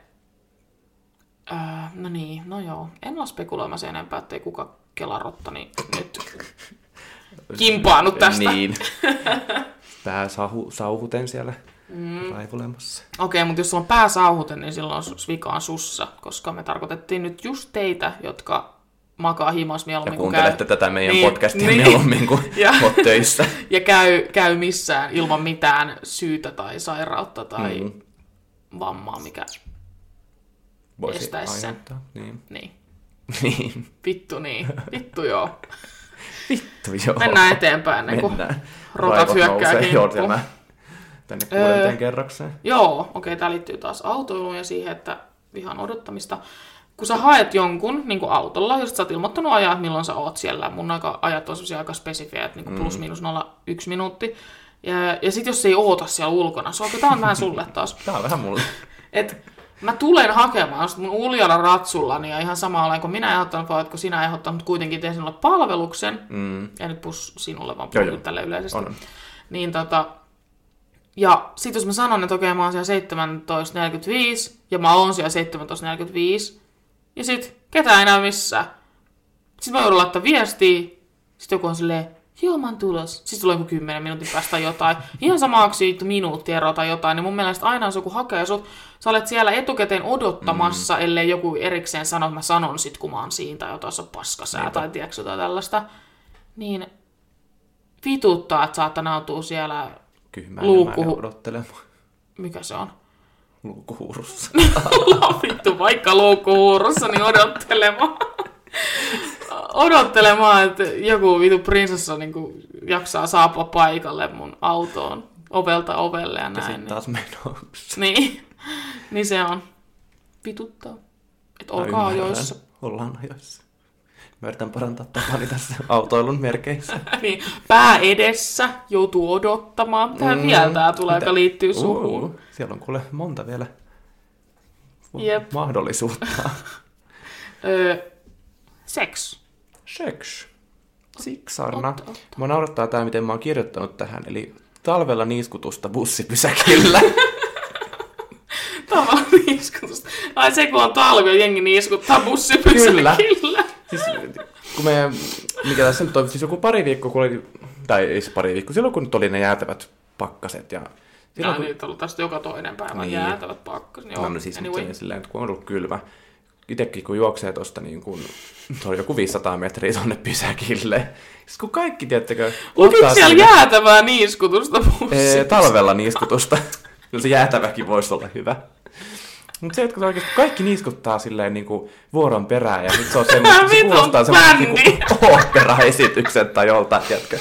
no joo, en ole spekuloimassa enempää, ettei kuka Kelarotta niin nyt kimpaanut tästä. Niin. Pääsauhuten siellä raivolemassa. Okei, mutta jos sulla on pääsauhuten, niin silloin vika on sussa, koska me tarkoitettiin nyt just teitä, jotka makaa himas mieluummin. Ja kuuntelette tätä meidän podcastia mieluummin kuin oot töissä. Ja käy missään ilman mitään syytä tai sairautta tai vammaa, mikä voisi estäisi sen. Niin. Vittu joo. Vittu joo. Mennään eteenpäin, ennen kuin rotat hyökkää kimppuun. Tänne 6. kerrokseen. Joo, okei, tää liittyy taas autoiluun ja siihen, että vihan odottamista. Kun sä haet jonkun niin kuin autolla, jos sä oot ilmoittanut ajaa, milloin sä oot siellä. Mun ajat on sellaisia aika spesifejä, että niin plus miinus 1 minuutti. Ja sit jos ei oota siellä ulkona, tää on vähän sulle taas. Tää on vähän mulle. Mä tulen hakemaan mun uljalla ratsullani ja ihan sama olen, kun minä ehdottanut, vai oletko sinä ehdottanut, mutta kuitenkin teen sinulle palveluksen. Ja nyt pus sinulle, vaan puhun tälle yleisesti. On. Niin ja sit jos mä sanon, että okei, mä oon siellä 17.45 ja mä oon siellä 17.45 ja sit ketään enää missään. Sit mä joudun laittaa viestiä, sit joku on silleen, joo mä oon tulos. Siis tulee joku 10 minuutin päästä jotain. Ihan samaksi minuutti ero tai jotain, niin mun mielestä aina jos joku hakee sut, sä olet siellä etukäteen odottamassa, ellei joku erikseen sano, että mä sanon sit kun mä oon siinä tai jotain, se on paskasää tai tiedätkö jotain tällaista. Niin vituttaa, että saattaa nautua siellä odottelemaan. Mikä se on? Luukkuhuurussa. Vittu, vaikka luukkuhuurussa, niin odottelemaan, että joku vitu prinsessa niin kuin jaksaa saapua paikalle mun autoon ovelta ovelle ja näin. Ja sitten taas menoksi. Niin se on. Vituttaa. Että olkaa ajoissa. Ollaan ajoissa. Mä yritän parantaa tapani tässä autoilun merkeissä. Niin, pää edessä, joutuu odottamaan. Tähän vielä tää tulee, joka liittyy suhun. Siellä on kuule monta vielä mahdollisuutta. Seks. Siksarna. Mä naurattaa tää, miten mä oon kirjoittanut tähän. Eli talvella niiskutusta bussipysäkillä. Tavallaan niiskutusta. Ai se, kun on talvi ja jengi niiskuttaa bussipysäkillä. Kyllä. Siis, kun mikä tässä nyt on, siis joku pari viikkoa, kun oli, tai ei se pari viikkoa, silloin kun nyt oli ne jäätävät pakkaset. Ja silloin, kun... niitä on ollut tästä joka toinen päivä niin. Jäätävät pakkaset. No siis anyway. Silleen, kun on ollut kylmä. Itsekin kun juoksee tuosta, niin kun, se on joku 500 metriä tuonne pysäkille. Siis kun kaikki, tiedättekö... Lukiko siellä jäätävää niiskutusta bussissa? Talvella niiskutusta. Kyllä se jäätäväkin voisi olla hyvä. Mutta se, että oikeasti kaikki niiskuttaa silleen niinku vuoron perään ja sit se on semmoista, se kuulostaa semmoista niinku opera-esityksen tai joltain, tiedätkö?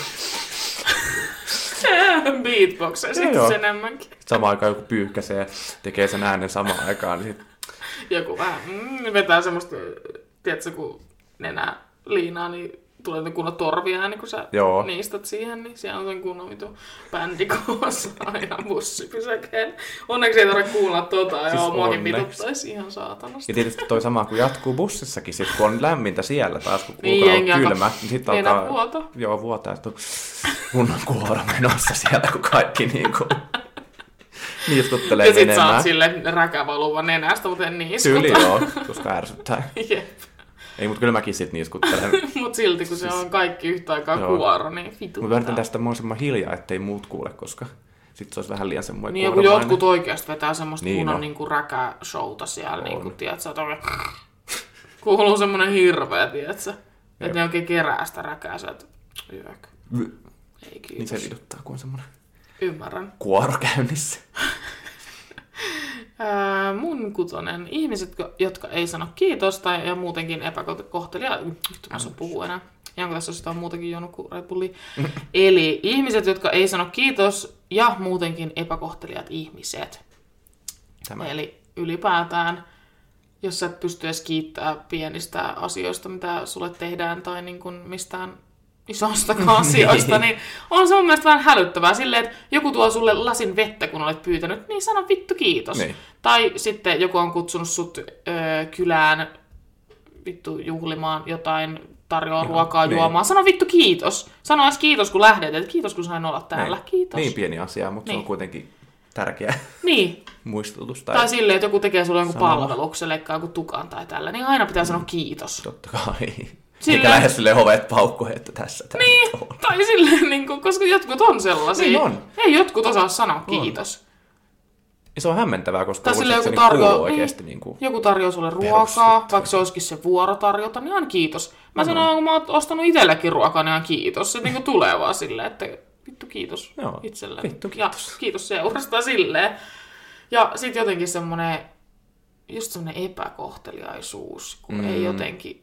Beatboxia sitten enemmänkin. Samaan aikaan joku pyyhkäsee, tekee sen äänen samaan aikaan. Niin sit... Joku vähän vetää semmoista, tiedätkö, kun nenää liinaa, niin tulee ne kunnon torviääni, kun sä niistät siihen, niin siellä on sen kunnon vitu bändikoossa aina bussipysäkeen. Onneksi ei tarvitse kuulla siis muakin vituttaisi ihan saatanasti. Ja tietysti toi sama, kun jatkuu bussissakin, sit kun on lämmintä siellä taas, kun kuulkaa on kylmä, niin sitten alkaa... vuota. Joo, vuotaa, että kunnon kuoro menossa siellä, kun kaikki niinku... niiskuttelee ja sit menemään. sä oot silleen räkävaluva nenästä, mutta en niiskuta. Tyyli joo, koska ärsyttää. Jep. Ei, mutta kyllä mäkin sit niiskuttelen. Mut silti, kun se on kaikki yhtä aikaa kuoro, niin vituttaa. Mutta yritän tästä mahdollisimman hiljaa, ettei muut kuule, koska sit se olisi vähän liian semmoinen niin, kuoromainen. Niin, jotkut oikeasti vetää semmoista kunnon niinku räkäshowta siellä, niinku, tiedätkö, että kuuluu semmoinen hirveä, tiedätkö, että ne oikein kerää sitä räkää, sä, että ei kiitos. Niin se viduttaa, kun on semmoinen kuoro käynnissä. Mun kutonen. Ihmiset, jotka ei sano kiitos tai ja muutenkin epäkohtelia. Mä sun puhuu enää. Janko tässä on sitä muutenkin juonut kuin Red Bulli. Eli ihmiset, jotka ei sano kiitos ja muutenkin epäkohteliaat ihmiset. Eli ylipäätään, jos sä et pysty edes kiittämään pienistä asioista, mitä sulle tehdään tai niin kuin mistään isostakaan asioista, niin on se mun mielestä vähän hälyttävää silleen, että joku tuo sulle lasin vettä, kun olet pyytänyt, niin sano vittu kiitos. Niin. Tai sitten joku on kutsunut sut kylään vittu juhlimaan jotain, tarjoaa ruokaa, juomaa. Sano vittu kiitos. Sano edes kiitos, kun lähdet, että kiitos, kun sain olla täällä. Niin. Kiitos. Niin pieni asia, mutta se on kuitenkin tärkeä muistutus. Tai silleen, että joku tekee sulle jonkun palveluksen, leikkaa joku tukan tai tällä, niin aina pitää sanoa kiitos. Totta kai. Eikä lähde silleen hoveet paukkuun, että tässä niin, on. Tai silleen, niin kuin, koska jotkut on sellaisia. Niin on. Ei jotkut osaa sanoa kiitos. Ja se on hämmentävää, koska joku tarjoaa oikeasti. Niin kuin joku tarjoaa sulle ruokaa, vaikka se olisikin se vuoro tarjota, niin aina kiitos. Mä sanon, kun mä oon ostanut itsellekin ruokaa, niin aina kiitos. Se niin kuin tulee vaan silleen, että vittu kiitos itselleen. Vittu kiitos. Ja kiitos seurasta silleen. Ja sit jotenkin semmonen, just semmonen epäkohteliaisuus, kun ei jotenkin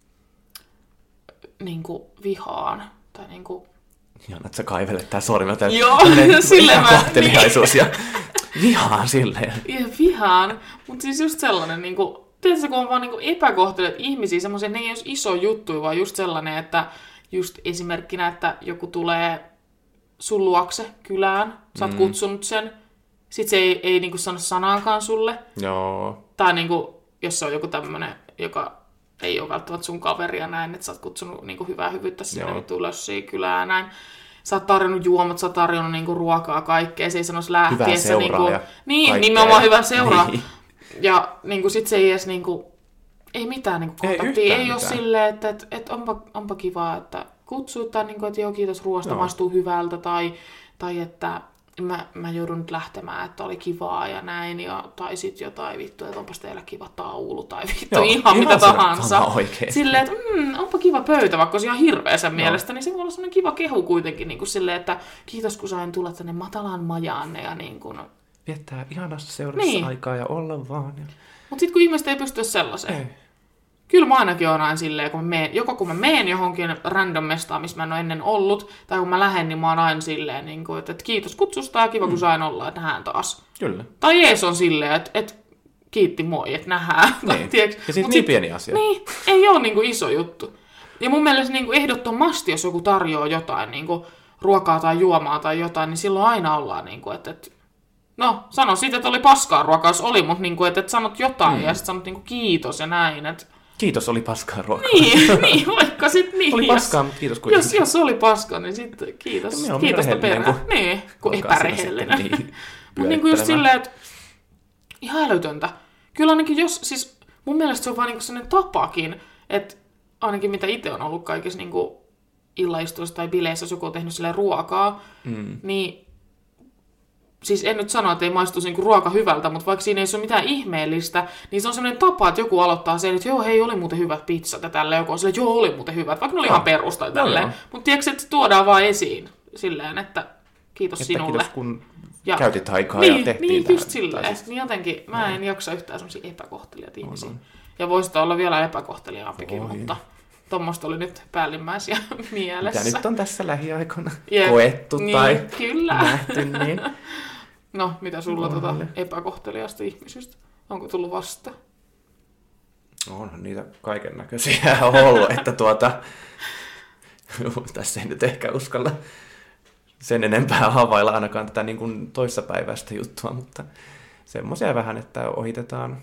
niinku vihaan. Tai niinku... Ihan, että sä kaivelet tää sormelta. Joo, silleen mä... Kohteliaisuus ja vihaan silleen. Ja vihaan, mutta siis just sellainen, niinku... Tiedätkö, kun on vaan niinku epäkohteliaat ihmisiä, semmoisia, ne ei ole iso juttu, vaan just sellainen, että just esimerkkinä, että joku tulee sun luokse kylään, sä oot kutsunut sen, sit se ei niinku sano sanaankaan sulle. Joo. Tai niinku, jos se on joku tämmönen, joka ei ole välttämättä sun kaveria näin, että sä oot kutsunut niinku hyvää hyvyyttä sinne vittu lössiä kylään näin. Sä oot tarjonnut juomat, sä oot tarjonnut niinku ruokaa kaikkea, se ei sanoisi lähtiessä. Hyvä seuraaja. Niinku, niin, nimenomaan hyvä seuraa. Niin. Ja niinku sit se ei edes niinku, ei mitään niinku kontaktia. Ei ole silleen, että onpa kivaa, että kutsut tai niinku, että joo kiitos ruoasta, maistuu hyvältä tai että mä joudun nyt lähtemään, että oli kivaa ja näin, tai sit jotain vittu, että onpas teillä kiva taulu, tai vittu ihan mitä tahansa. Silleen, että onpa kiva pöytä, vaikka olisi ihan hirveä sen mielestä, niin se voi olla sellainen kiva kehu kuitenkin, niin kuin silleen, että kiitos kun sain tulla tänne matalaan majaanne ja niin kuin... Viettää ihanassa seurassa aikaa ja olla vaan. Ja... Mutta sit kun ihmiset ei pysty sellaiseen. Ei. Kyllä mä ainakin oon aina silleen, kun mä meen johonkin random mestaan, missä mä en ole ennen ollut, tai kun mä lähden, niin mä oon aina silleen, niin kuin, että kiitos kutsusta ja kiva kun sain olla, että nähdään taas. Kyllä. Tai jees on silleen, että kiitti moi, että nähdään. Niin. Ja siis niin pieni asia. Niin, ei ole niin kuin iso juttu. Ja mun mielestä niin kuin ehdottomasti, jos joku tarjoaa jotain, niin kuin ruokaa tai juomaa tai jotain, niin silloin aina ollaan, niin kuin, että no, sano sitten, että oli paskaa ruokaa, jos oli, mutta niin kuin, että sanot jotain ja sitten sanot niin kuin kiitos ja näin, että Kiitos, oli paskaa ruokaa. Niin, vaikka sitten niin. Oli paskaa, mutta kiitos kuitenkin. Jos oli paskaa, niin sitten kiitos. Kiitosta perään. Niin, kun epärehellinen. Niin, mutta niin kuin just silleen, että ihan älytöntä. Kyllä ainakin siis mun mielestä se on vaan niin sellainen tapakin, että ainakin mitä itse on ollut kaikissa niin illaistuissa tai bileissä, jos joku on tehnyt silleen ruokaa, niin siis en nyt sano, että ei maistuisi niinku ruoka hyvältä, mutta vaikka siinä ei ole mitään ihmeellistä, niin se on sellainen tapa, että joku aloittaa sen, että joo, hei, oli muuten hyvät pizzat ja tälleen, joku on silleen, että joo, oli muuten hyvät, vaikka ne oli ihan perusta tälleen. Mutta tiedätkö, että se tuodaan vaan esiin silleen, että kiitos että sinulle. Kiitos, kun käytit aikaa ja tehtiin niin just silleen. Niin jotenkin mä en jaksa yhtään semmosia epäkohteliaita ihmisiä. Ja voisi olla vielä epäkohteliaampikin, mutta tuommoista oli nyt päällimmäisiä mielessä. Mitä nyt on tässä lähiaikoina koettu tai nähty, niin... No, mitä sulla epäkohteliaasta ihmisistä? Onko tullut vasta? Onhan niitä kaiken näköisiä ollut, että tässä ei nyt ehkä uskalla sen enempää havailla ainakaan tätä niin kuin toissapäiväistä juttua, mutta semmoisia vähän, että ohitetaan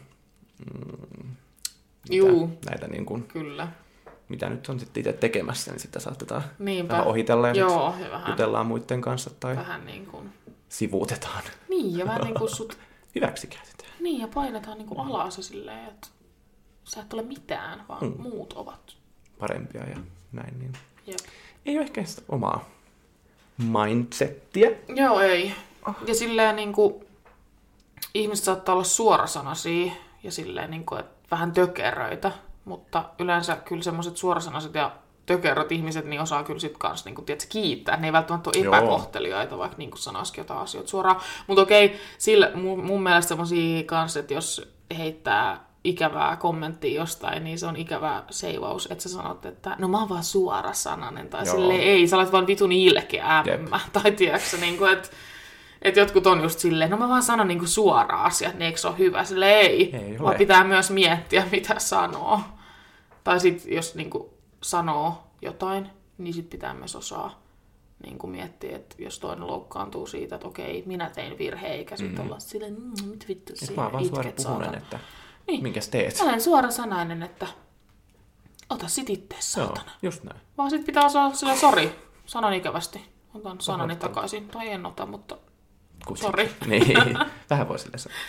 näitä niin kuin, kyllä. Mitä nyt on sitten itse tekemässä, niin sitä saatetaan vähän ohitella ja jutellaan muiden kanssa tai vähän niin kuin sivuutetaan. Niin, ja vähän niin kuin sut hyväksikäytetään. Niin, ja painetaan niin kuin alas silleen, että sä et ole mitään, vaan muut ovat parempia ja näin. Niin. Jep. Ei ole ehkä sitä omaa mindsettiä. Joo, ei. Ja silleen niin kuin ihmiset saattaa olla suorasanaisia ja silleen niin kuin, että vähän tökeröitä, mutta yleensä kyllä semmoiset suorasanaiset ja tökeröt ihmiset niin osaa kyllä sit kans niin kun, tiedätkö, kiittää. Ne ei välttämättä ole epäkohteliaita, vaikka niin sanoisikin jotain asioita suoraan. Mutta okei, sillä mun mielestä semmosia kans, että jos heittää ikävää kommenttia jostain, niin se on ikävä seivaus, että sä sanot, että no mä oon vaan suorasanainen, tai silleen ei, sä olet vaan vitun ilkeä ämmä, tai tiedätkö, niin kuin, että jotkut on just silleen, no mä vaan sanon niin kuin suoraan asiat, niin eikö se ole hyvä? Silleen ei vaan pitää myös miettiä, mitä sanoo. Tai sitten jos niin kuin sanoo jotain, niin sit pitää myös osaa niin kuin miettiä, että jos toinen loukkaantuu siitä, että okei, minä tein virheen, eikä sitten olla silleen, mitä vittu siinä itket saatan. Että minkäs teet? Mä olen suorasanainen, että ota sit itse, saatana. Just näin. Vaan sit pitää osaa silleen, sori, sanon ikävästi. Otan sanani takaisin, tai en ota, mutta sori. Niin, vähän voi silleen sanoa.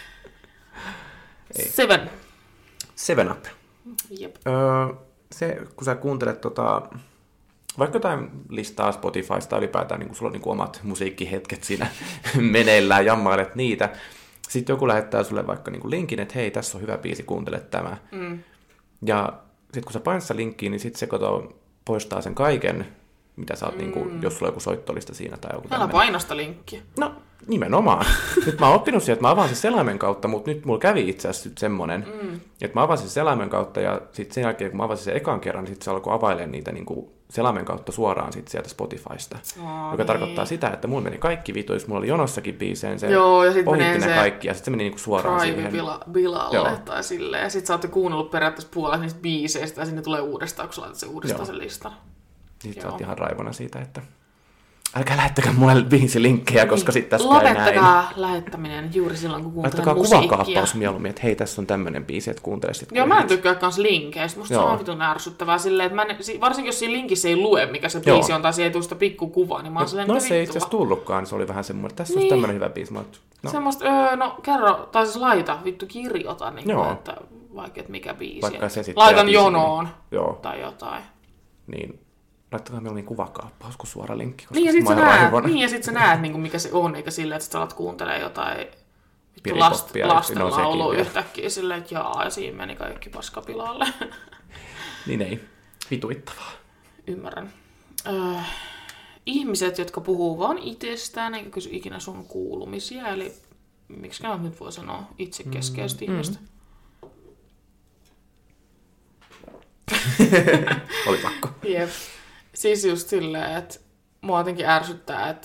7 Up. Jep. Se, kun sä kuuntelet vaikka jotain listaa Spotifysta ylipäätään, niin kun sulla on niin kuin omat musiikkihetket siinä meneillään, jammailet niitä. Sitten joku lähettää sulle vaikka niin kuin linkin, että hei, tässä on hyvä biisi, kuuntele tämä. Ja sitten kun sä painat sitä linkkiä, niin sitten se poistaa sen kaiken, mitä sä oot, niin kuin, jos sulla on joku soittolista siinä tai joku tämmöinen. Älä paina sitä linkkiä. No, nimenomaan. Nyt mä oon oppinut siihen, että mä avaan sen selaimen kautta, mutta nyt mulla kävi itse asiassa nyt semmonen, että mä avasin sen selaimen kautta ja sitten sen jälkeen, kun mä avasin sen ekan kerran, niin sitten se alkoi availemaan niitä niin kuin selaimen kautta suoraan sit sieltä Spotifysta. Joka tarkoittaa sitä, että mulla meni kaikki vituiksi, mulla oli jonossakin biiseen se, ohitti ne kaikki ja sitten se meni niin kuin suoraan siihen. Bilalle tai silleen. Ja sitten sä ootte kuunnellut periaatteessa puolella niistä biiseistä ja sinne tulee uudestaan, kun sä laitat sen uudestaan sen listan. Sitten sä oot ihan raivona siitä, että älkää lähettäkää mulle biisilinkkejä, koska sitten tässä käy näin. Lopettakaa lähettäminen juuri silloin, kun kuuntelee musiikkia. Laittakaa kuvakaappaus mieluummin, että hei, tässä on tämmöinen biisi, että kuuntele sitten. Joo, mä en tykkää kans linkeistä. Musta se on vitun ärsyttävää silleen, että varsinkin jos siinä linkissä ei lue, mikä se biisi on, tai siihen ei tule sitä pikkukuvaa, niin mä oon silleen, no se ei itse asiassa tullutkaan, se oli vähän semmoinen, että tässä on tämmöinen hyvä biisi. Semmoista, kerro, tai siis laita, vittu kirjoita, niin kuin, että vaikka et mikä biisi. Laitan jonoon tai jotain. Niin. Laittakaa mieluummin kuvakaappaus kuin suora linkki, koska ja sit sä näet niin mikä se on, eikä silleen, että sä alat kuuntelemaan jotain lastenlaulua yhtäkkiä silleen, että ja siinä meni kaikki paskapilalle. Niin ei. Vituittavaa. Ymmärrän. Ihmiset, jotka puhuu vaan itsestään, eikä kysy ikinä sun kuulumisia, eli miksi nyt voi sanoa itsekeskeistä ihmistä. Oli pakko. Jep. Siis just silleen, että mua jotenkin ärsyttää, että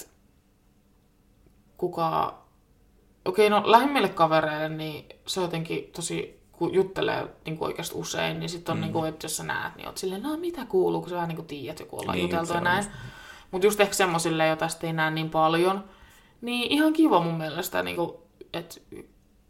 lähimmille kavereille, niin se jotenkin tosi, kun juttelee niin oikeasti usein, niin sitten on, niin kuin, että jos sä näet, niin oot silleen, no mitä kuuluu, kun sä vähän niin kuin tiedät, joku ollaan juteltu ja näin. Mutta just ehkä semmoisille, jota sitten ei näe niin paljon, niin ihan kiva mun mielestä, niin kuin, että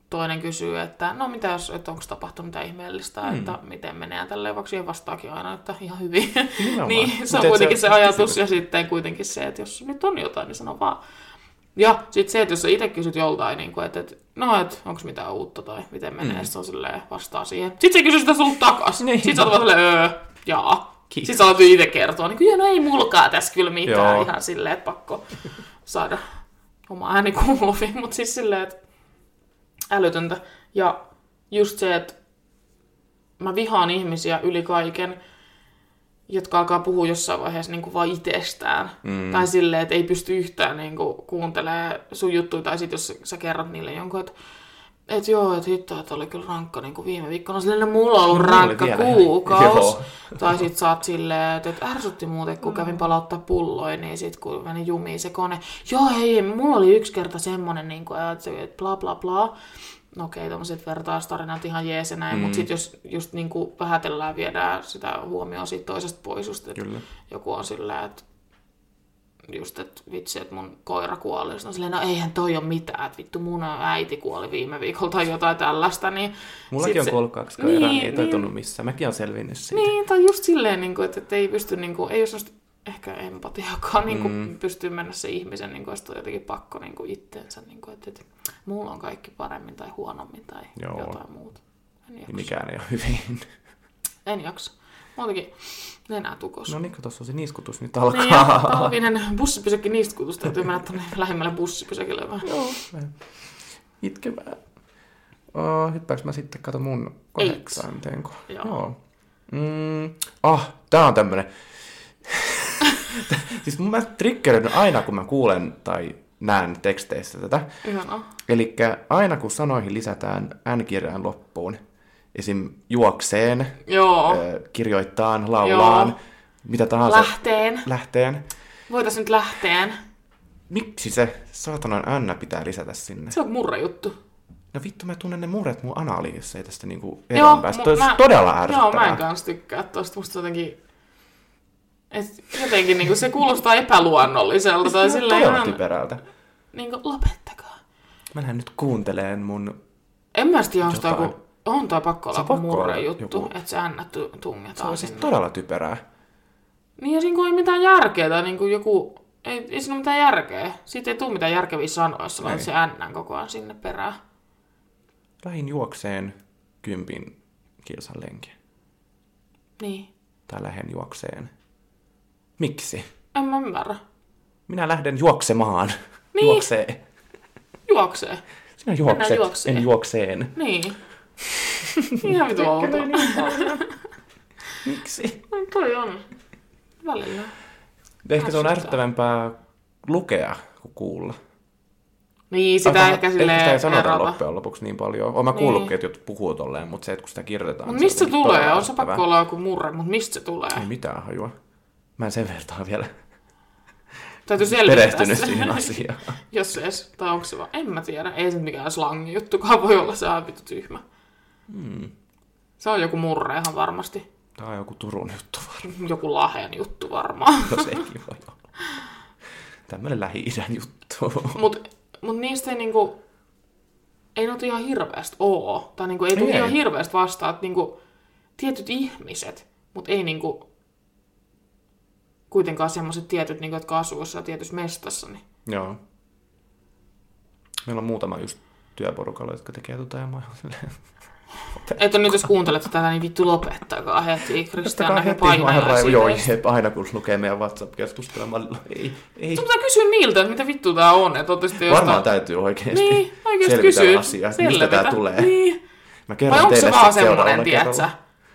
toinen kysyy, että no mitä jos, että onko tapahtunut mitään ihmeellistä, että miten menee tälleen, vaikka siihen vastaakin aina, että ihan hyvin. Niin se on kuitenkin se ajatus kysymys. Ja sitten kuitenkin se, että jos nyt on jotain, niin sano vaan. Ja sitten se, että jos sä itse kysyt joltain, niin kuin, että onko mitään uutta tai miten menee, se on silleen vastaa siihen. Sitten se kysyy sitä sulta takas. Niin. Sitten sä oot vaan silleen, jaa. Kiitos. Sitten sä olet itse kertoa, niin kuin, no ei mulkaa tässä kyllä mitään, joo. Ihan silleen, että pakko saada oma ääni kuuluviin, mutta siis silleen, että älytöntä. Ja just se, että mä vihaan ihmisiä yli kaiken, jotka alkaa puhua jossain vaiheessa niin kuin vaan itsestään. Tai silleen, että ei pysty yhtään niin kuin kuuntelemaan sun juttuja. Tai sitten jos sä kerrot niille jonkun, että joo, että hitto, että oli kyllä rankka niin kuin viime viikkona. Silleen, mulla on ollut rankka kuukausi. Tai sit sä oot silleen, että ärsytti muuten, kun kävin palauttaa pulloja, niin sit kun meni jumiin se kone. Joo, hei, mulla oli yksi kerta semmonen, niin kuin, että bla bla bla. No okei, tommoset vertaustarinat ihan jees ja näin, mutta sit jos just niin kuin vähätellään, viedään sitä huomioon siitä toisesta pois, just, että joku on silleen, että just, että vitsi, että mun koira kuoli. Sitten on silleen, no eihän toi ole mitään, että vittu mun äiti kuoli viime viikolla tai jotain tällaista. Niin mullakin on 3 koiraa, niin ei toi tunnu missään. Mäkin on selvinnyt siitä. Niin, tai just silleen, että ei pysty, ei ole sellaista ehkä empatiakaan pystyy mennä se ihmisen, että on jotenkin pakko itteensä, että mulla on kaikki paremmin tai huonommin tai jotain muuta. Mikään ei ole hyvin. En jaksa. Mä olenkin nenää tukossa. No niin, kun tuossa on se niiskutus nyt alkaa. Niin, ja talvinen bussipysäkki niiskutus. Täytyy mennä tuonne lähemmälle bussipysäkille vähän. Joo, itkevää. Hyppääks mä sitten, kato mun 8 teenko? Joo. Tää on tämmönen. Siis mä triggeröidyn aina, kun mä kuulen tai näen teksteissä tätä. Ihanaa. Elikkä aina, kun sanoihin lisätään n-kirjain loppuun, esim. Juokseen, kirjoittaan, laulaan, mitä tahansa. Lähteen. Voitais nyt lähteen. Miksi se saatanan n pitää lisätä sinne? Se on murrejuttu. No vittu, mä tunnen ne murret mun analyysissa, ei tästä niinku eroon päästä. Toi on todella ärsyttävää. Joo, mä en kans tykkää tosta. Musta jotenkin... jotenkin niinku se kuulostaa epäluonnolliselta. Tai se on todella typerältä. Niinku, lopettakaa. Mä lähden nyt kuunteleen mun... En mä tiedä, on toi pakko olla joku murrejuttu, että se n tungetaan sinne. Se on siis todella typerää. Niin ja siinä ei mitään järkeä tai niinku joku... Ei siinä ole mitään järkeä. Siitä ei tule mitään järkeviä sanoja, jos laitat se n koko ajan sinne perään. Lähin juokseen 10 kilsan lenkin. Niin. Tai lähden juokseen. Miksi? En mä ymmärrä. Minä lähden juoksemaan. Niin. Juoksee. Sinä juokset, en juokseen. Niin. Ihan vitu outo. Miksi? No, toi on. Välillä. Ehkä se on ärsyttävämpää lukea kuin kuulla. Niin, sitä ehkä silleen sitä ei sanota loppujen lopuksi niin paljon. Olen mä kuullutkin, että jotkut puhuu tolleen, mutta se, että kun sitä kirjoitetaan... Mutta mistä se tulee? On se pakko olla joku murre, mutta mistä se tulee? Ei mitään hajua. Mä en sen vertaan vielä perehtynyt siihen asiaan. Jos edes, tai onko se vaan, en mä tiedä. Ei se mikään slangi juttukaan voi olla, se on vittu tyhmä. Se on joku murre ihan varmasti. Tää on joku Turun juttu varmaan. Joku Lahden juttu varmaan. No sekin voi olla. Tämmönen Lähi-idän juttu. Mut niistä ei niinku, ei noita ihan hirveästi oo. Tai niinku ei tule ihan hirveästi vastaan, että niinku tietyt ihmiset, mut ei niinku kuitenkaan semmoiset tietyt, niinku, jotka asuu jossain tietyssä mestassa. Niin. Joo. Meillä on muutama just työporukalla, jotka tekee tota ja mä oon silleen... Että nyt jos kuuntelet tätä, niin vittu lopettakaa heti. Kristian ja painajaisia. Joo, aina kun lukee meidän WhatsApp-keskustelua, ei. Pitää kysyä niiltä, että mitä vittu tää on. Varmaan täytyy oikeasti selvitä kysyä. Asiaa, mistä tää tulee. Niin. Mä kerron teille sitten seuraavalla kerralla.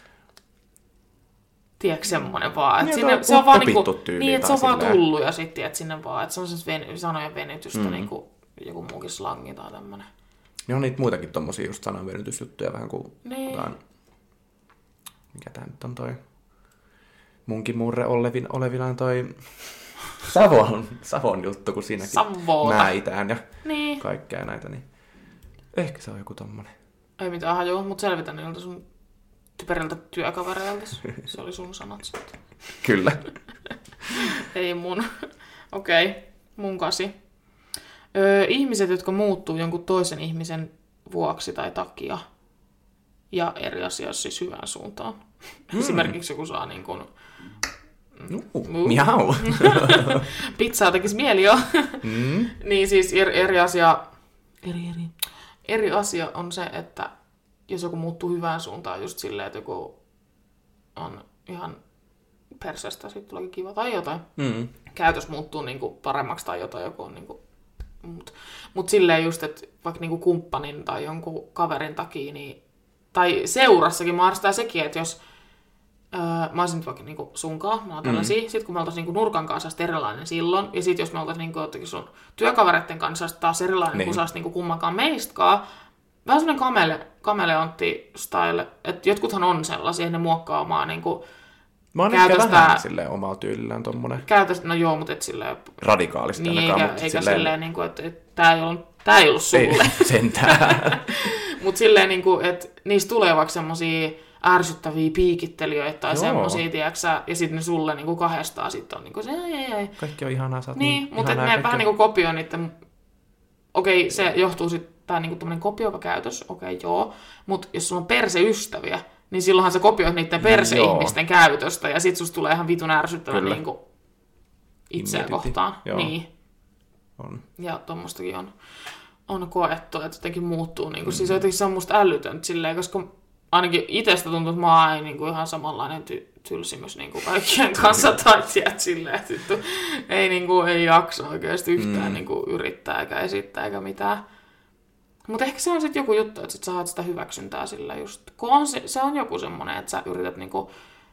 Tiedätkö semmonen vaan, että niin, se on vaan niinku, niin, että se on vaan tullut ja sitten, että sinne vaan, että se on sanojen venytystä, niinku joku muukin slangi tai tämmönen. Niin on niitä muitakin tommosia just sananvenytysjuttuja vähän kuin jotain, mikä tää nyt on toi munkin murre olevinaan toi Savon juttu, kun siinäkin näitään ja kaikkea näitä, niin ehkä se on joku tommonen. Ei mitään hajua, mutta selvitä niiltä sun typeriltä työkavereilta. Se oli sun sanat sitten. Kyllä. Ei mun. Okei, mun 8. Ihmiset, jotka muuttuu jonkun toisen ihmisen vuoksi tai takia. Ja eri asia, jos siis hyvään suuntaan. Esimerkiksi joku saa niin kuin... Miau. Pizzaa tekisi mieli jo. Niin siis eri asia on se, että jos joku muuttuu hyvään suuntaan just silleen, että joku on ihan perseestä, sitten tuleekin kiva tai jotain. Käytös muuttuu niinku paremmaksi tai jotain, joku on niinku... Mut silleen just, että vaikka niinku kumppanin tai jonkun kaverin takia, niin... Tai seurassakin mä arvostan sekin, että jos... mä olisin nyt vaikka niinku sunkaan, mä oon tällaisia. Sitten kun me oltaisiin niinku nurkan kanssa erilainen silloin, ja sitten jos me oltaisiin niinku jotenkin sun työkavereiden kanssa taas erilainen, niin. Kun sä olisit niinku kummankaan meistäkaan. Vähän semmoinen kameleontti-style, että jotkuthan on sellaisia, ne muokkaa omaa niinku mä oon ehkä vähän silleen omalla tyylillään tommonen. No joo, mutta et silleen... Radikaalisti niin, ainakaan. Eikä silleen niinku, että tää ei ollut sulle. Ei, sentään. Mut silleen niinku, että niistä tulee vaikka semmosia ärsyttäviä piikittelijöitä tai semmosia, tiiäksä, ja sitten ne sulle niinku kahdestaan sit on niinku se ei. Kaikki on ihanaa, sä oot niin mutta ne vähän niinku kopioi niitten... Okei, se johtuu sitten, tää niinku tommonen kopioiva käytös, joo, mutta jos sulla on perseystäviä, niin silloinhan sä kopioit niiden perseihmisten käytöstä, ja sit susta tulee ihan vitun ärsyttävä niinku itseä kohtaan. Joo. Niin. On. Ja tommostakin on koettu, että jotenkin muuttuu. Niinku, siis jotenkin se on musta älytöntä silleen, koska ainakin itsestä tuntuu, että mä oon niinku ihan samanlainen tylsimys niinku kaikkien kanssa, tai tiedät silleen, että ei jaksa oikeasti yhtään niinku yrittää eikä esittää eikä mitään. Mutta ehkä se on sitten joku juttu, että sit sä haet sitä hyväksyntää sillä just, kun se on joku semmoinen, että sä yrität niinku,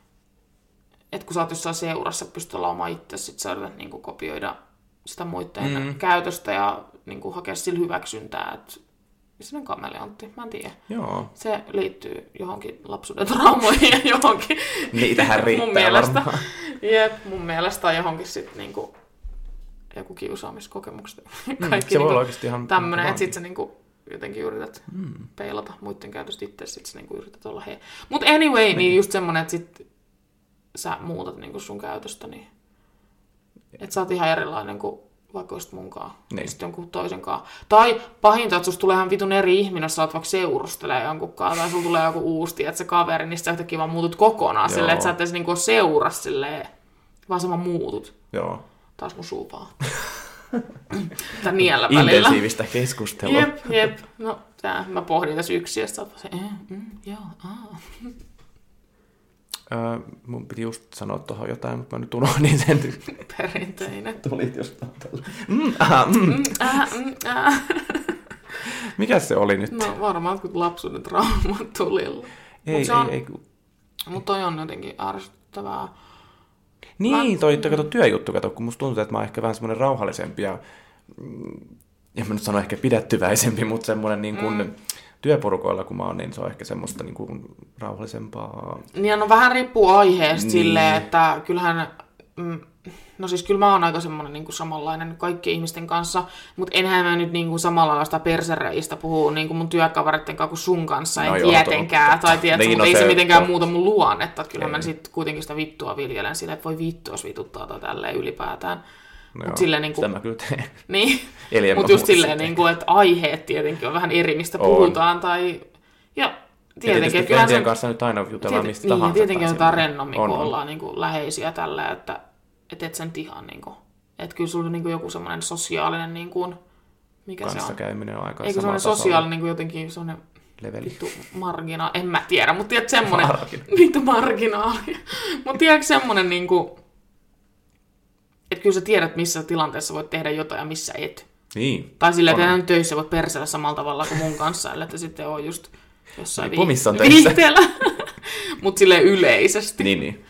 että kun sä oot jossain seurassa, pystyt olla oma itse, sit sä yrität niinku kopioida sitä muiden käytöstä ja niinku hakea sillä hyväksyntää, että se on kameleontti, mä en tiedä. Joo. Se liittyy johonkin lapsuuden traumoihin ja johonkin. Niitähän riittää mun mielestä, varmaan. Jep, mun mielestä johonkin sitten niinku joku kiusaamiskokemukset. Kaikki se voi niinku oikeasti ihan... tämmönen, että sit sä niinku jotenkin yrität peilata muiden käytöstä itse, sit sä niinku yrität olla he. Mut anyway, niin just semmonen, että sit sä muutat niinku sun käytöstä, niin että sä oot ihan erilainen kuin vaikka olisit munkaan, niin. Sitten jonkun toisenkaan. Tai pahinta, että susta tulee ihan vitun eri ihminen, jos sä oot vaikka seurustelee jonkunkaan, tai sulla tulee joku uusi, että se kaveri, niin sä yhtäkkiä vaan muutut kokonaan silleen, että sä et edes niinku seurassa silleen, vaan sä vaan muutut. Joo. Taas mun suu vaan. Tää niellä välillä. Intensiivistä keskustelua. Jep. No, mä pohdin tässä yksin, ja sä oot joo, mun piti just sanoa tuohon jotain, mutta mä nyt unohdin sen. Perinteinen. Tulit jostain tällä. Mikäs se oli nyt? No varmaan, kun lapsuuden traumat tulilla. Ei. Mutta toi on jotenkin ärsyttävää. Niin, toi työjuttu, kun musta tuntuu, että mä oon ehkä vähän semmoinen rauhallisempi ja en mä nyt sano ehkä pidättyväisempi, mutta semmoinen niin kuin työporukoilla, kun mä oon, niin se on ehkä semmoista niin kuin rauhallisempaa. Niin, no vähän riippuu aiheesta niin. Silleen, että kyllähän, no siis kyllä mä oon aika semmoinen niin kuin samanlainen kaikkien ihmisten kanssa, mutta enhän mä nyt niin kuin samanlaista persereistä puhu niin kuin mun työkavereiden kanssa kuin sun kanssa, en tietenkään, tai tiedät, niin, mutta ei se mitenkään muuta mun luonnetta, että kyllähän mä sit kuitenkin sitä vittua viljelen silleen, että voi vittua, jos vituttaa tai tälleen ylipäätään. No joo, silleen, niin kuin, sitä mä kyllä teen. Niin, mutta just silleen, niin kuin, että aiheet tietenkin on vähän eri, mistä puhutaan, tai ja tietenkin. Ja tietysti kanssa nyt aina jutellaan mistä tahansa. Niin, tietenkin jotain rennommin, kun ollaan niin kuin läheisiä tällä, että et sen ihan niin kuin, että kyllä sulla on niin kuin joku semmoinen sosiaalinen, niin kuin, mikä se on? Kanssakäyminen on aika eikö semmoinen sosiaalinen niin kuin jotenkin semmoinen vittu marginaali, en mä tiedä, mutta tiedät semmoinen vittu marginaali. Mutta tiedätkö semmoinen niin kuin, että kyllä sä tiedät, missä tilanteessa voit tehdä jotain ja missä et. Niin. Tai silleen, että töissä voit persellä samalla tavalla kuin mun kanssa, että sitten on just jossain viihteellä. Mutta silleen yleisesti. Niin.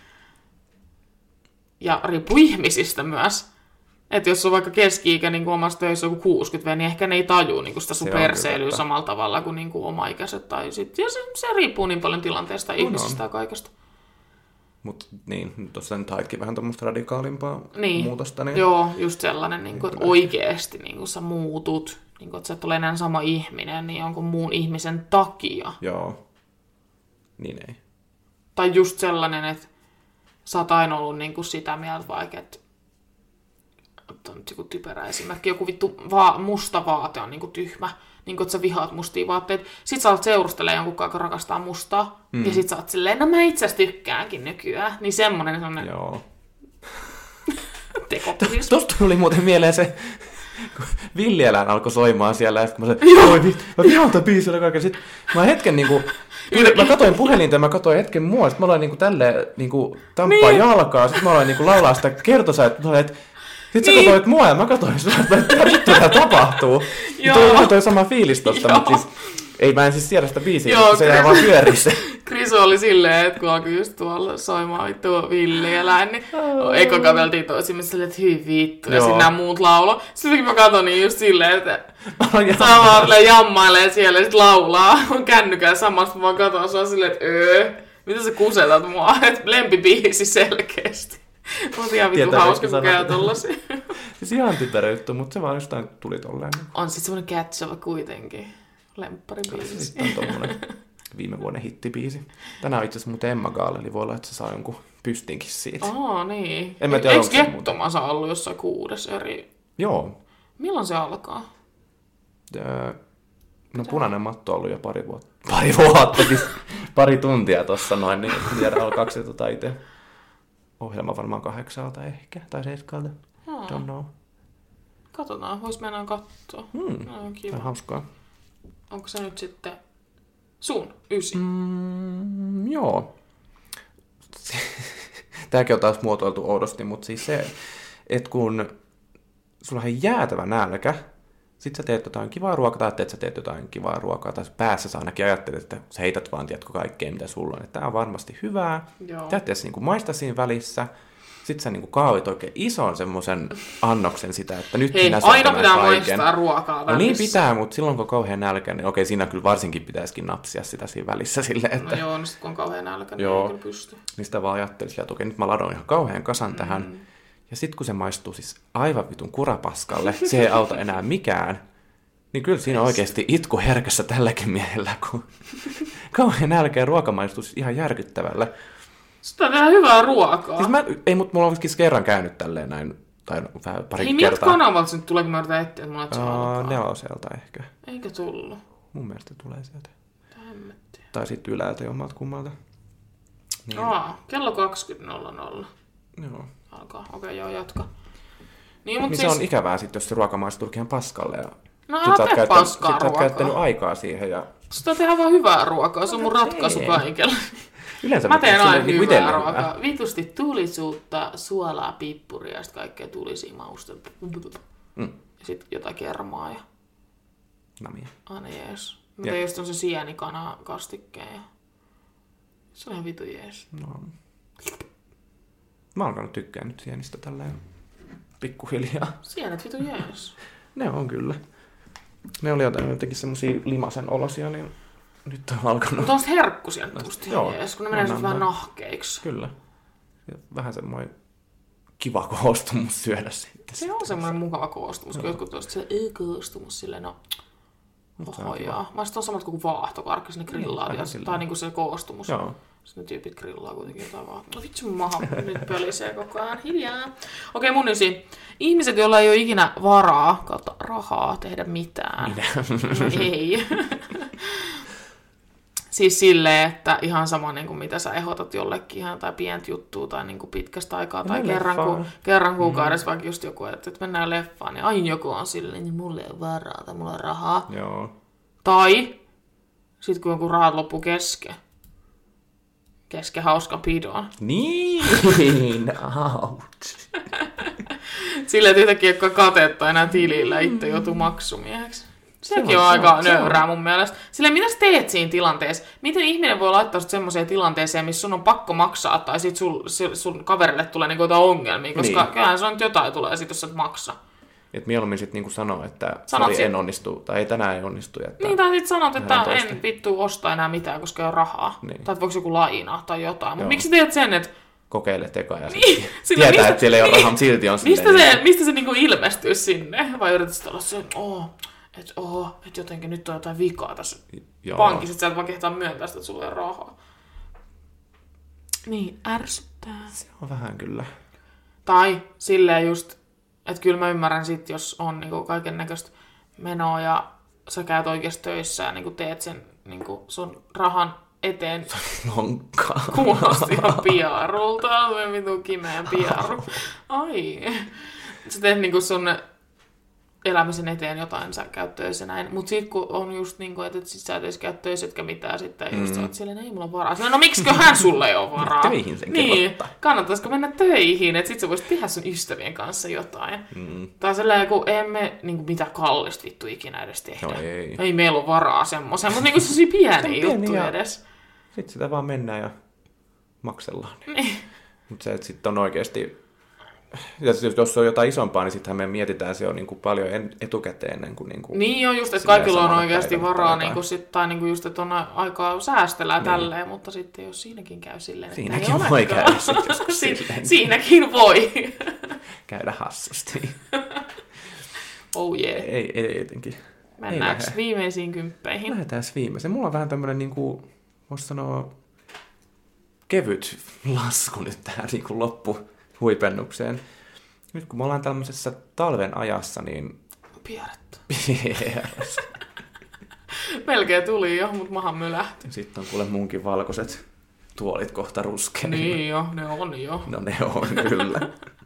Ja riippuu ihmisistä myös. Että jos on vaikka keski-ikä niin omassa töissä joku 60, niin ehkä ne ei tajua niin sitä sun perseilyä samalla tavalla kuin, niin kuin omaikäiset. Tai sit. Ja se riippuu niin paljon tilanteesta, ihmisistä ja kaikesta. Mutta niin, tuossa nyt haetkin vähän tuommoista radikaalimpaa muutosta. Niin... Joo, just sellainen, niin kuin, että oikeasti niin kuin sä muutut, niin kuin, että sä et ole enää sama ihminen, niin jonkun muun ihmisen takia. Joo, niin ei. Tai just sellainen, että sä oot aina ollut niin kuin sitä mieltä vaikka, että Ottaa nyt joku typerä esimerkki. Joku vittu musta vaate on niinku tyhmä. Niinku, että sä vihaat mustia vaatteita. Sit sä alat seurustelemaan jonkun, joka rakastaa mustaa. Ja sit sä oot silleen, no mä itse asiassa tykkäänkin nykyään. Niin semmonen. Joo. Tekokyvyys. Tosta tuli muuten mieleen se, kun Villieläin alkoi soimaan siellä, ja sitten mä sanoin, mä vihaan tämän biisillä kaiken. Sitten mä hetken niinku, mä katsoin puhelinta ja mä katsoin hetken mua, sitten mä aloin niinku tälleen niinku tamppaa jalkaa, sitten mä aloin niinku laulaa sitä kertosäettä, että sitten sä katsoit mua ja mä katsoin sua, että mitä vittu tää tapahtuu. Tuli toi sama fiilis tosta, mutta siis mä en siis tiedä sitä biisiä, se jää vaan pyörii se. Kriso oli silleen, että kun alkoi just tuolla soimaan tuo Villieläin, niin eka katseltiin toisimme silleen, että hyi vittu, ja sitten nämä muut laulo. Sitten mä katson niin just silleen, että samaan jammailee siellä ja sit laulaa kännykään samasta, mä vaan katson sua silleen, että mitä sä kusetat mua, että lempibiisi selkeästi. Mutta ihan vittu hauska, kun käy tollasia. Siis ihan typerä juttu, mutta se vaan jostain tuli tolleen. On sit semmonen catchava kuitenkin. Lempparibiisi. Sitten on tommonen viime vuoden hittibiisi. Tänään on itse asiassa muuten Emma Gaal, eli voi olla, että se saa jonkun pystinkin siitä. Niin. En mä tiedä, eikö Gettomasa ollut jossain 6 eri? Joo. Milloin se alkaa? No punainen matto on ollut jo pari vuotta, siis pari tuntia tossa noin, niin tiedä alkaako se itse. Ohjelma varmaan 8 ehkä, tai 7. Don't know. Katsotaan, vois mennään katsoa. No, kiva. On hauskaa. Onko se nyt sitten sun 9? Joo. Tääkin on taas muotoiltu oudosti, mutta siis se, että kun sulla on jäätävä nälkä, sit sä teet jotain kivaa ruokaa, tai että sä teet jotain kivaa ruokaa, tai päässä sä ainakin ajattelet, että sä heität vaan, tiedätkö, kaikkea, mitä sulla on. Että tää on varmasti hyvää. Sä et edes niinku maista siinä välissä. Sitten sä niinku kaavit oikein ison semmoisen annoksen sitä, että nyt minä syön aina pitää kaiken. maistaa ruokaa välissä. No niin pitää, mutta silloin kun on kauhean nälkä, niin okei, siinä kyllä varsinkin pitäisikin napsia sitä siinä välissä silleen, että... No joo, niin sit kun on kauhean nälkä, niin ei kyllä pysty. Niin sitä vaan ajattelisin, että okei, nyt mä ladon ihan kauhean kasan tähän. Ja sit kun se maistuu siis aivan vitun kurapaskalle, se ei auta enää mikään. Niin kyllä siinä oikeasti itku herkässä tälläkin miehellä, kun kauhean nälkä ja ruoka maistuu siis ihan järkyttävälle. Sitä on vähän hyvää ruokaa. Siis mulla on kerran käynyt tälleen näin, tai vähän parikin kertaa. kertaa. Miltä kanavalta se nyt tulee, kun mä yritän etsiä, että mulla se alkaa? 4 ehkä. Eikä tullut. Mun mielestä tulee sieltä. Hämmettiä. Tai sitten ylältä jommalta kummalta. Niin. Kello 20.00. Joo. Alkaa. Okei, joo, jatka. Niin siis... se on ikävää sitten, jos se ruoka maistuu ihan paskalle. Ja no älä tee paskaa ruokaa. Sitten sä oot käyttänyt aikaa siihen. Ja... Sitä tehdään vaan hyvää ruokaa, se on mun ratkaisu kaikella. Yleensä mä teen aina hyvää ruokaa. Vitusti tulisuutta, suolaa, pippuria ja sitten kaikkea tulisia mausteita. Ja sitten jotain kermaa ja... Namia. Aina jees. Mä tein just se sienikana kastikkeen ja... Se on ihan vitu jees. No. Mä oon alkanut tykkää nyt sienistä tälleen pikkuhiljaa. Sienet vitu jees. Ne on kyllä. Ne oli jotenkin semmosia limasen olosia, niin nyt on alkanut... Mutta on herkkusia nyt musta ihan jees, kun ne menee vähän nahkeiksi. Kyllä. Vähän semmoinen kiva koostumus syödä sitten. Se on semmoinen mukava koostumus, kun jotkut toiset se ei koostumus silleen, no... Ohojaa. Mä on samat kuin vaahtokarkki, sinne grillaat, tai niinku se koostumus. Joo. Sitten ne tyypit grillaa kuitenkin jotain vaan. No vitsi mun maha nyt pölisee koko ajan. Hiljaa. Okei, mun 9. Ihmiset, joilla ei ole ikinä varaa kautta rahaa tehdä mitään. Ei. Siis silleen, että ihan sama niin kuin mitä sä ehdotat jollekin ihan tai pientä juttua tai niin kuin pitkästä aikaa tai kerran kuukaudessa vaikka just joku, että mennään leffaan niin aina joku on silleen, niin mulla ei ole varaa tai mulla on rahaa. Joo. Tai sit kun joku rahat loppuu kesken hauskan pidon. Niin, ouch. Silleen, että yhtäkkiä ei ole katetta enää tilillä, itse joutuu maksumieheksi. Sekin on aika nöyrää mun mielestä. Silleen, mitä sä teet siinä tilanteessa? Miten ihminen voi laittaa sut semmoiseen tilanteeseen, missä sun on pakko maksaa, tai sit sun kaverille tulee niinku jotain ongelmia, koska kyllähän se on jotain tulee sit, jos sä et maksa. Et mieluummin sit niinku sanoo, että en onnistu, tai ei tänään ei onnistu. Että niin, tai sit sanot, että en vittu osta enää mitään, koska ei ole rahaa. Niin. Tai voiko joku lainaa tai jotain. Mutta miksi teet sen, että... Kokeilet eka ja tietää, että siellä ei ole rahaa, mutta silti on silleen. Mistä se niinku ilmestyy sinne? Vai yrität olla se, että jotenkin nyt on jotain vikaa tässä pankissa, että sä et vaan kehtaa myöntää sitä, että sulla ei ole rahaa. Niin, ärsyttää. Se on vähän kyllä. Tai silleen just, Että kyllä mä ymmärrän sit, jos on niinku kaiken näköistä menoa ja sä käyt oikeasti töissä ja niinku teet sen niinku sun rahan eteen. Lonkkaa. Kuulosti ihan piarulta. Vitun kimeä piaru. Ai. Sä teet niinku sun elämisen eteen jotain, sä käyt töissä näin. Mut sit kun on just niinku, että sit sä et edes käy töissä etkä mitään, sitten just sä oot silleen, ei mulla on varaa. Silleen, no miksiköhän sulle ei ole varaa? Töihin sen kelottaa. Kannattaisiko mennä töihin, että sit sä voisit tehdä sun ystävien kanssa jotain. Tai silleen, kun emme niinku mitään kallista vittu ikinä edes tehdä. No ei. Ei meillä ole varaa semmoisen, mutta niinku sellaisia pieniä juttuja edes. Sitten sitä vaan mennään ja maksellaan. Niin. Mutta se, että sitten on oikeasti... Ja jos on jotain isompaa, niin sittenhän me mietitään se on niin kuin paljon etukäteen ennen kuin... Niin on just, että kaikilla on oikeasti varaa, niin kuin sit, tai niin kuin just, että on aikaa säästellä niin. Tälleen, mutta sitten jos siinäkin käy silleen, että siinäkin voi käydä sitten joskus silleen. Siinäkin voi. Käydä hassusti. Oh yeah. Ei etenkin. Mennäänkö viimeisiin kymppeihin? Lähdetään viimeiseen. Mulla on vähän tämmöinen, niin kuin, voisi sanoa, kevyt lasku nyt tähän niin kuin loppuhuipennukseen. Nyt kun me ollaan tämmöisessä talven ajassa, niin... Pierrettä. Pierres. Melkein tuli jo, mutta mahan mölähti. Sitten on kuule munkin valkoiset tuolit kohta ruskeina. Niin jo, ne on jo. No ne on kyllä.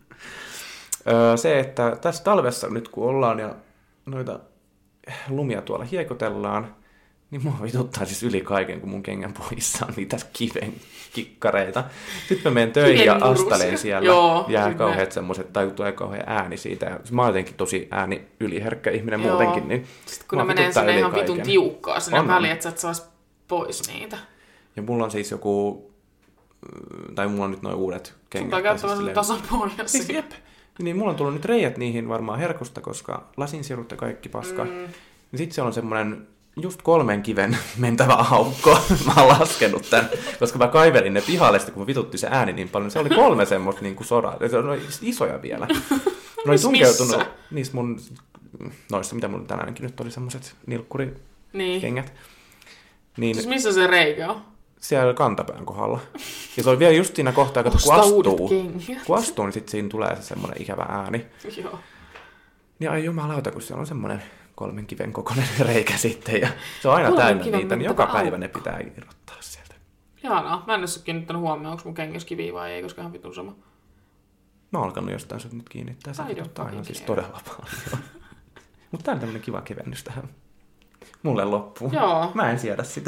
Se, että tässä talvessa nyt kun ollaan ja noita lumia tuolla hiekotellaan, niin mua vituttaa siis yli kaiken, kun mun kengänpohjissa on niitä kiven kikkareita. Sitten mä menen töihin ja astelen siellä. Joo, jää kauheat semmoiset, tai tulee kauhean ääni siitä. Ja mä oon jotenkin tosi ääni yliherkkä ihminen muutenkin. Niin sitten kun ne menee sinne ihan vitun tiukkaa sinne väliin, että sä et saisi pois niitä. Ja mulla on siis joku, tai mulla on nyt noin uudet kengät. Sun käyttävän tasapohjaisia. Jep. Niin mulla on tullut nyt reijät niihin varmaan herkusta, koska lasinsirut ja kaikki paska. Niin sit siellä on semmonen just 3 kiven mentävä aukko. Mä oon laskenut tän, koska mä kaivelin ne pihalle, kun mä vitutti se ääni niin paljon. Se oli 3 semmoista niinku soraa. Se oli isoja vielä. Ne oli tunkeutunut niistä mun, noissa mitä mulla tänäänkin nyt oli semmoset nilkkurikengät. Niin. Siis missä se reikä on? Siellä kantapään kohdalla. Ja se oli vielä just siinä kohtaa, että kun astuu, niin sitten siinä tulee se semmoinen ikävä ääni. Joo. Niin ai jumalauta, kun siellä on semmoinen 3 kiven kokoinen reikä sitten. Ja se on aina täynnä niitä, niin joka päivä ne pitää irrottaa sieltä. Ihanaa. Mä en edes ole kiinnittänyt huomioon, onko mun kengissä kiviä vai ei, koska ihan vitun sama. Mä oon alkanut jostain sut nyt kiinnittää. Se on aina siis todella paljon. Mutta tää on tämmönen kiva kevennys tähän. Mulle loppuu. Joo. Mä en siedä sitä.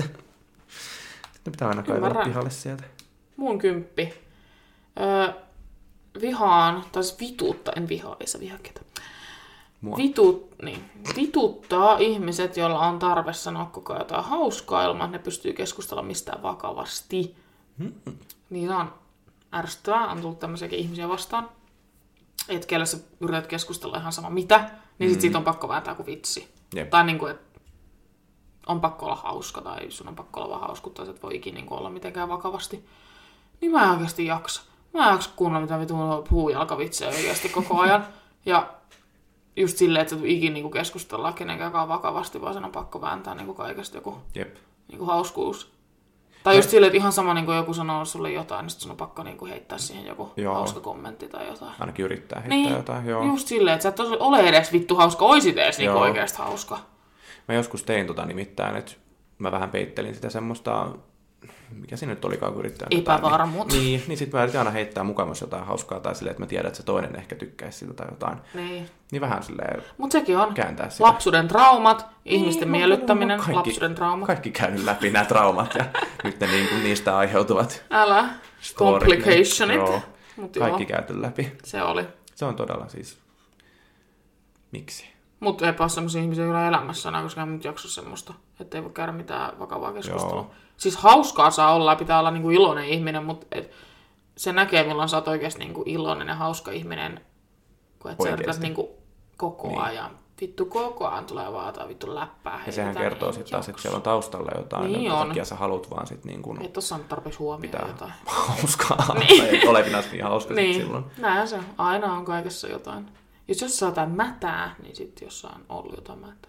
Ne pitää aina kaivella pihalle sieltä. Mun 10. Vihaan, tai vitutta, en vihaa, ei saa vihaa ketä. Vituttaa ihmiset, joilla on tarve sanoa koko ajan jotain hauskaa ilman, että ne pystyy keskustella mistään vakavasti. Niin on ärsyttävää, on tullut tämmöisiäkin ihmisiä vastaan. Et kelle sä yrität keskustella ihan sama mitä, niin sit siitä on pakko vääntää kuin vitsi. Jep. Tai niinku, että on pakko olla hauska tai sun on pakko olla vaan hauskutta, että et voi ikinä niin olla mitenkään vakavasti. Niin mä en oikeasti jaksa. Mä en jaksa kuunnella mitään vitun puujalkavitsejä oikeasti koko ajan. Ja just silleen, että sä ikinä niin keskustellaan kenenkään vakavasti, vaan sen on pakko vääntää niin kaikesta joku niin hauskuus. Tai just silleen, että ihan sama niin joku sanoo sulle jotain, niin sit sun on pakko niin heittää siihen joku hauska kommentti tai jotain. Ainakin yrittää heittää jotain, joo. Just silleen, että sä et ole edes vittu hauska, oisit edes niin oikeasti hauska. Mä joskus tein nimittäin, että mä vähän peittelin sitä semmoista, mikä siinä nyt olikaan, kun yrittää epävarmuutta. Niin sit mä yritin aina heittää mukavasti jotain hauskaa tai silleen, että mä tiedän, että se toinen ehkä tykkäisi sitä tai jotain. Niin vähän silleen mut sekin on kääntää sitä. Lapsuuden traumat, ihmisten miellyttäminen, lapsuuden traumat. Kaikki käynyt läpi nämä traumat ja nyt ne niistä aiheutuvat complicationit. Joo, kaikki käyty läpi. Se oli. Se on todella siis, miksi? Mutta eipä ole sellaisia ihmisiä kyllä elämässä enää, koska en nyt jaksa semmoista, ettei voi käydä mitään vakavaa keskustelua. Joo. Siis hauskaa saa olla ja pitää olla niinku iloinen ihminen, mutta se näkee, milloin sä oot oikeasti niinku iloinen ja hauska ihminen, kun et sä yrität niinku koko ajan. Vittu koko ajan tulee vaan jotain vittu läppää. Ja sehän kertoo sitten taas, että siellä on taustalla jotain, niin jonka takia sä haluat vaan sit niinku... Et oo saanut tarpeeksi huomioon jotain. Hauskaa, tai et ole niin hauska niin. Silloin. Näin se. Aina on kaikessa jotain. Jos jossain jotain mätää, niin sitten jossain on ollut jotain mätää.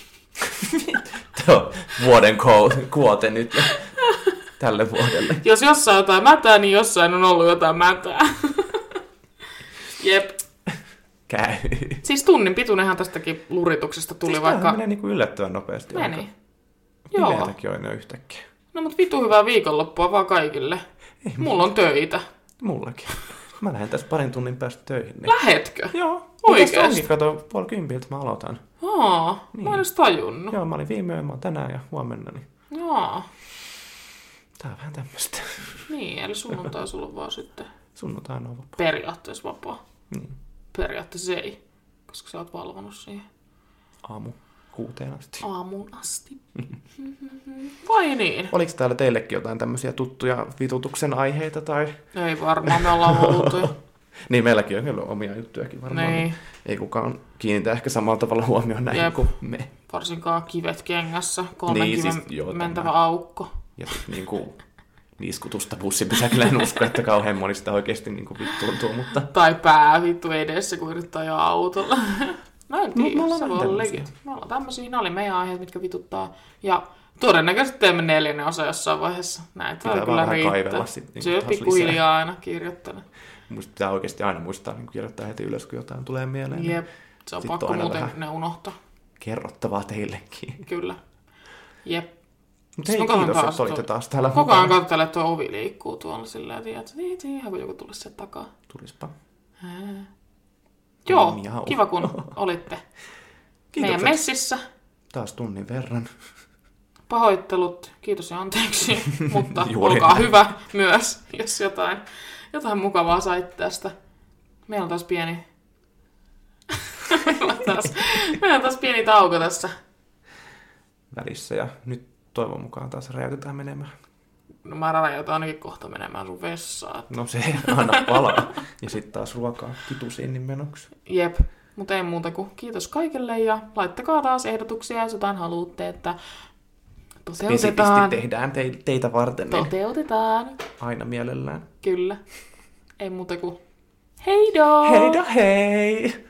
Tuo vuoden kuote nyt tälle vuodelle. Jos jossain jotain mätää, niin jossain on ollut jotain mätää. Jep. käy. Siis tunnin pituinenhan tästäkin lurituksesta tuli siis vaikka... menee niinku yllättävän nopeasti. Meni. Joo. Pimeätäkin on jo yhtäkkiä. No mut vitu hyvää viikonloppua vaan kaikille. Ei, mulla on töitä. Mullakin. Mä lähden tässä parin tunnin päästä töihin. Niin... Lähetkö? Joo. Oikeesti? Onkin, kato, 9:30 mä aloitan. Niin. Mä en edes tajunnut. Joo, mä olin viime yönä, tänään ja huomenna. Niin... Joo. Tää on vähän tämmöstä. Niin, eli sunnuntai sulla on vaan sitten... Sunnuntai on vapaa. Periaatteessa vapaa. Niin. Periaatteessa ei, koska sä oot valvonut siihen. Aamu 6 asti. Aamuun asti. Vai niin? Oliko täällä teillekin jotain tämmöisiä tuttuja vitutuksen aiheita tai... Ei varmaan, me ollaan oltu. Niin, meilläkin on kyllä omia juttujakin varmaan. Niin. Ei kukaan kiinnitä ehkä samalla tavalla huomioon näihin kuin me. Varsinkaan kivet kengässä, 3 niin, kiven siis, mentävä aukko. Ja niin kuin niiskutusta bussipysäkillä en usko, että kauhean moni sitä oikeasti niin kuin vittuuntuu, mutta... Tai pää vittu edessä, kun yrittää ajaa autolla. Mä en tiedä, se voi olla legit. Me ollaan tämmöisiä, nämä oli meidän aiheet, mitkä vituttaa. Ja todennäköisesti teemme 4. osa jossain vaiheessa. Näitä pitää kyllä riittää. Niin se on pikkuhiljaa aina kirjoittana. Musta pitää oikeasti aina muistaa niin kirjoittaa heti ylös, kun jotain tulee mieleen. Jep, se on pakko on muuten ne unohtaa. Kerrottavaa teillekin. Kyllä. Jep. Mutta hei, kiitos, että olitte taas täällä koko ajan katselee, että tuo ovi liikkuu tuolla silleen, että ihan kun joku tulisi sieltä takaa. Tulispa. Joo, kiva kun olitte meidän messissä. Taas tunnin verran. Pahoittelut, kiitos ja anteeksi, mutta olkaa hyvä myös, jos jotain mukavaa saitte tästä. Meillä on taas pieni... Meillä on taas pieni tauko tässä välissä ja nyt toivon mukaan taas räjäytetään menemään. No mä räjäytän ainakin kohta menemään sun vessaan. No se anna palaa. Ja sitten taas ruokaa kitusiinnin menoksi. Jep, mutta ei muuta kuin kiitos kaikille ja laittakaa taas ehdotuksia, jos jotain haluatte, että toteutetaan. Spesifisti tehdään teitä varten. Toteutetaan. Aina mielellään. Kyllä. Ei muuta kuin heido! Heido hei!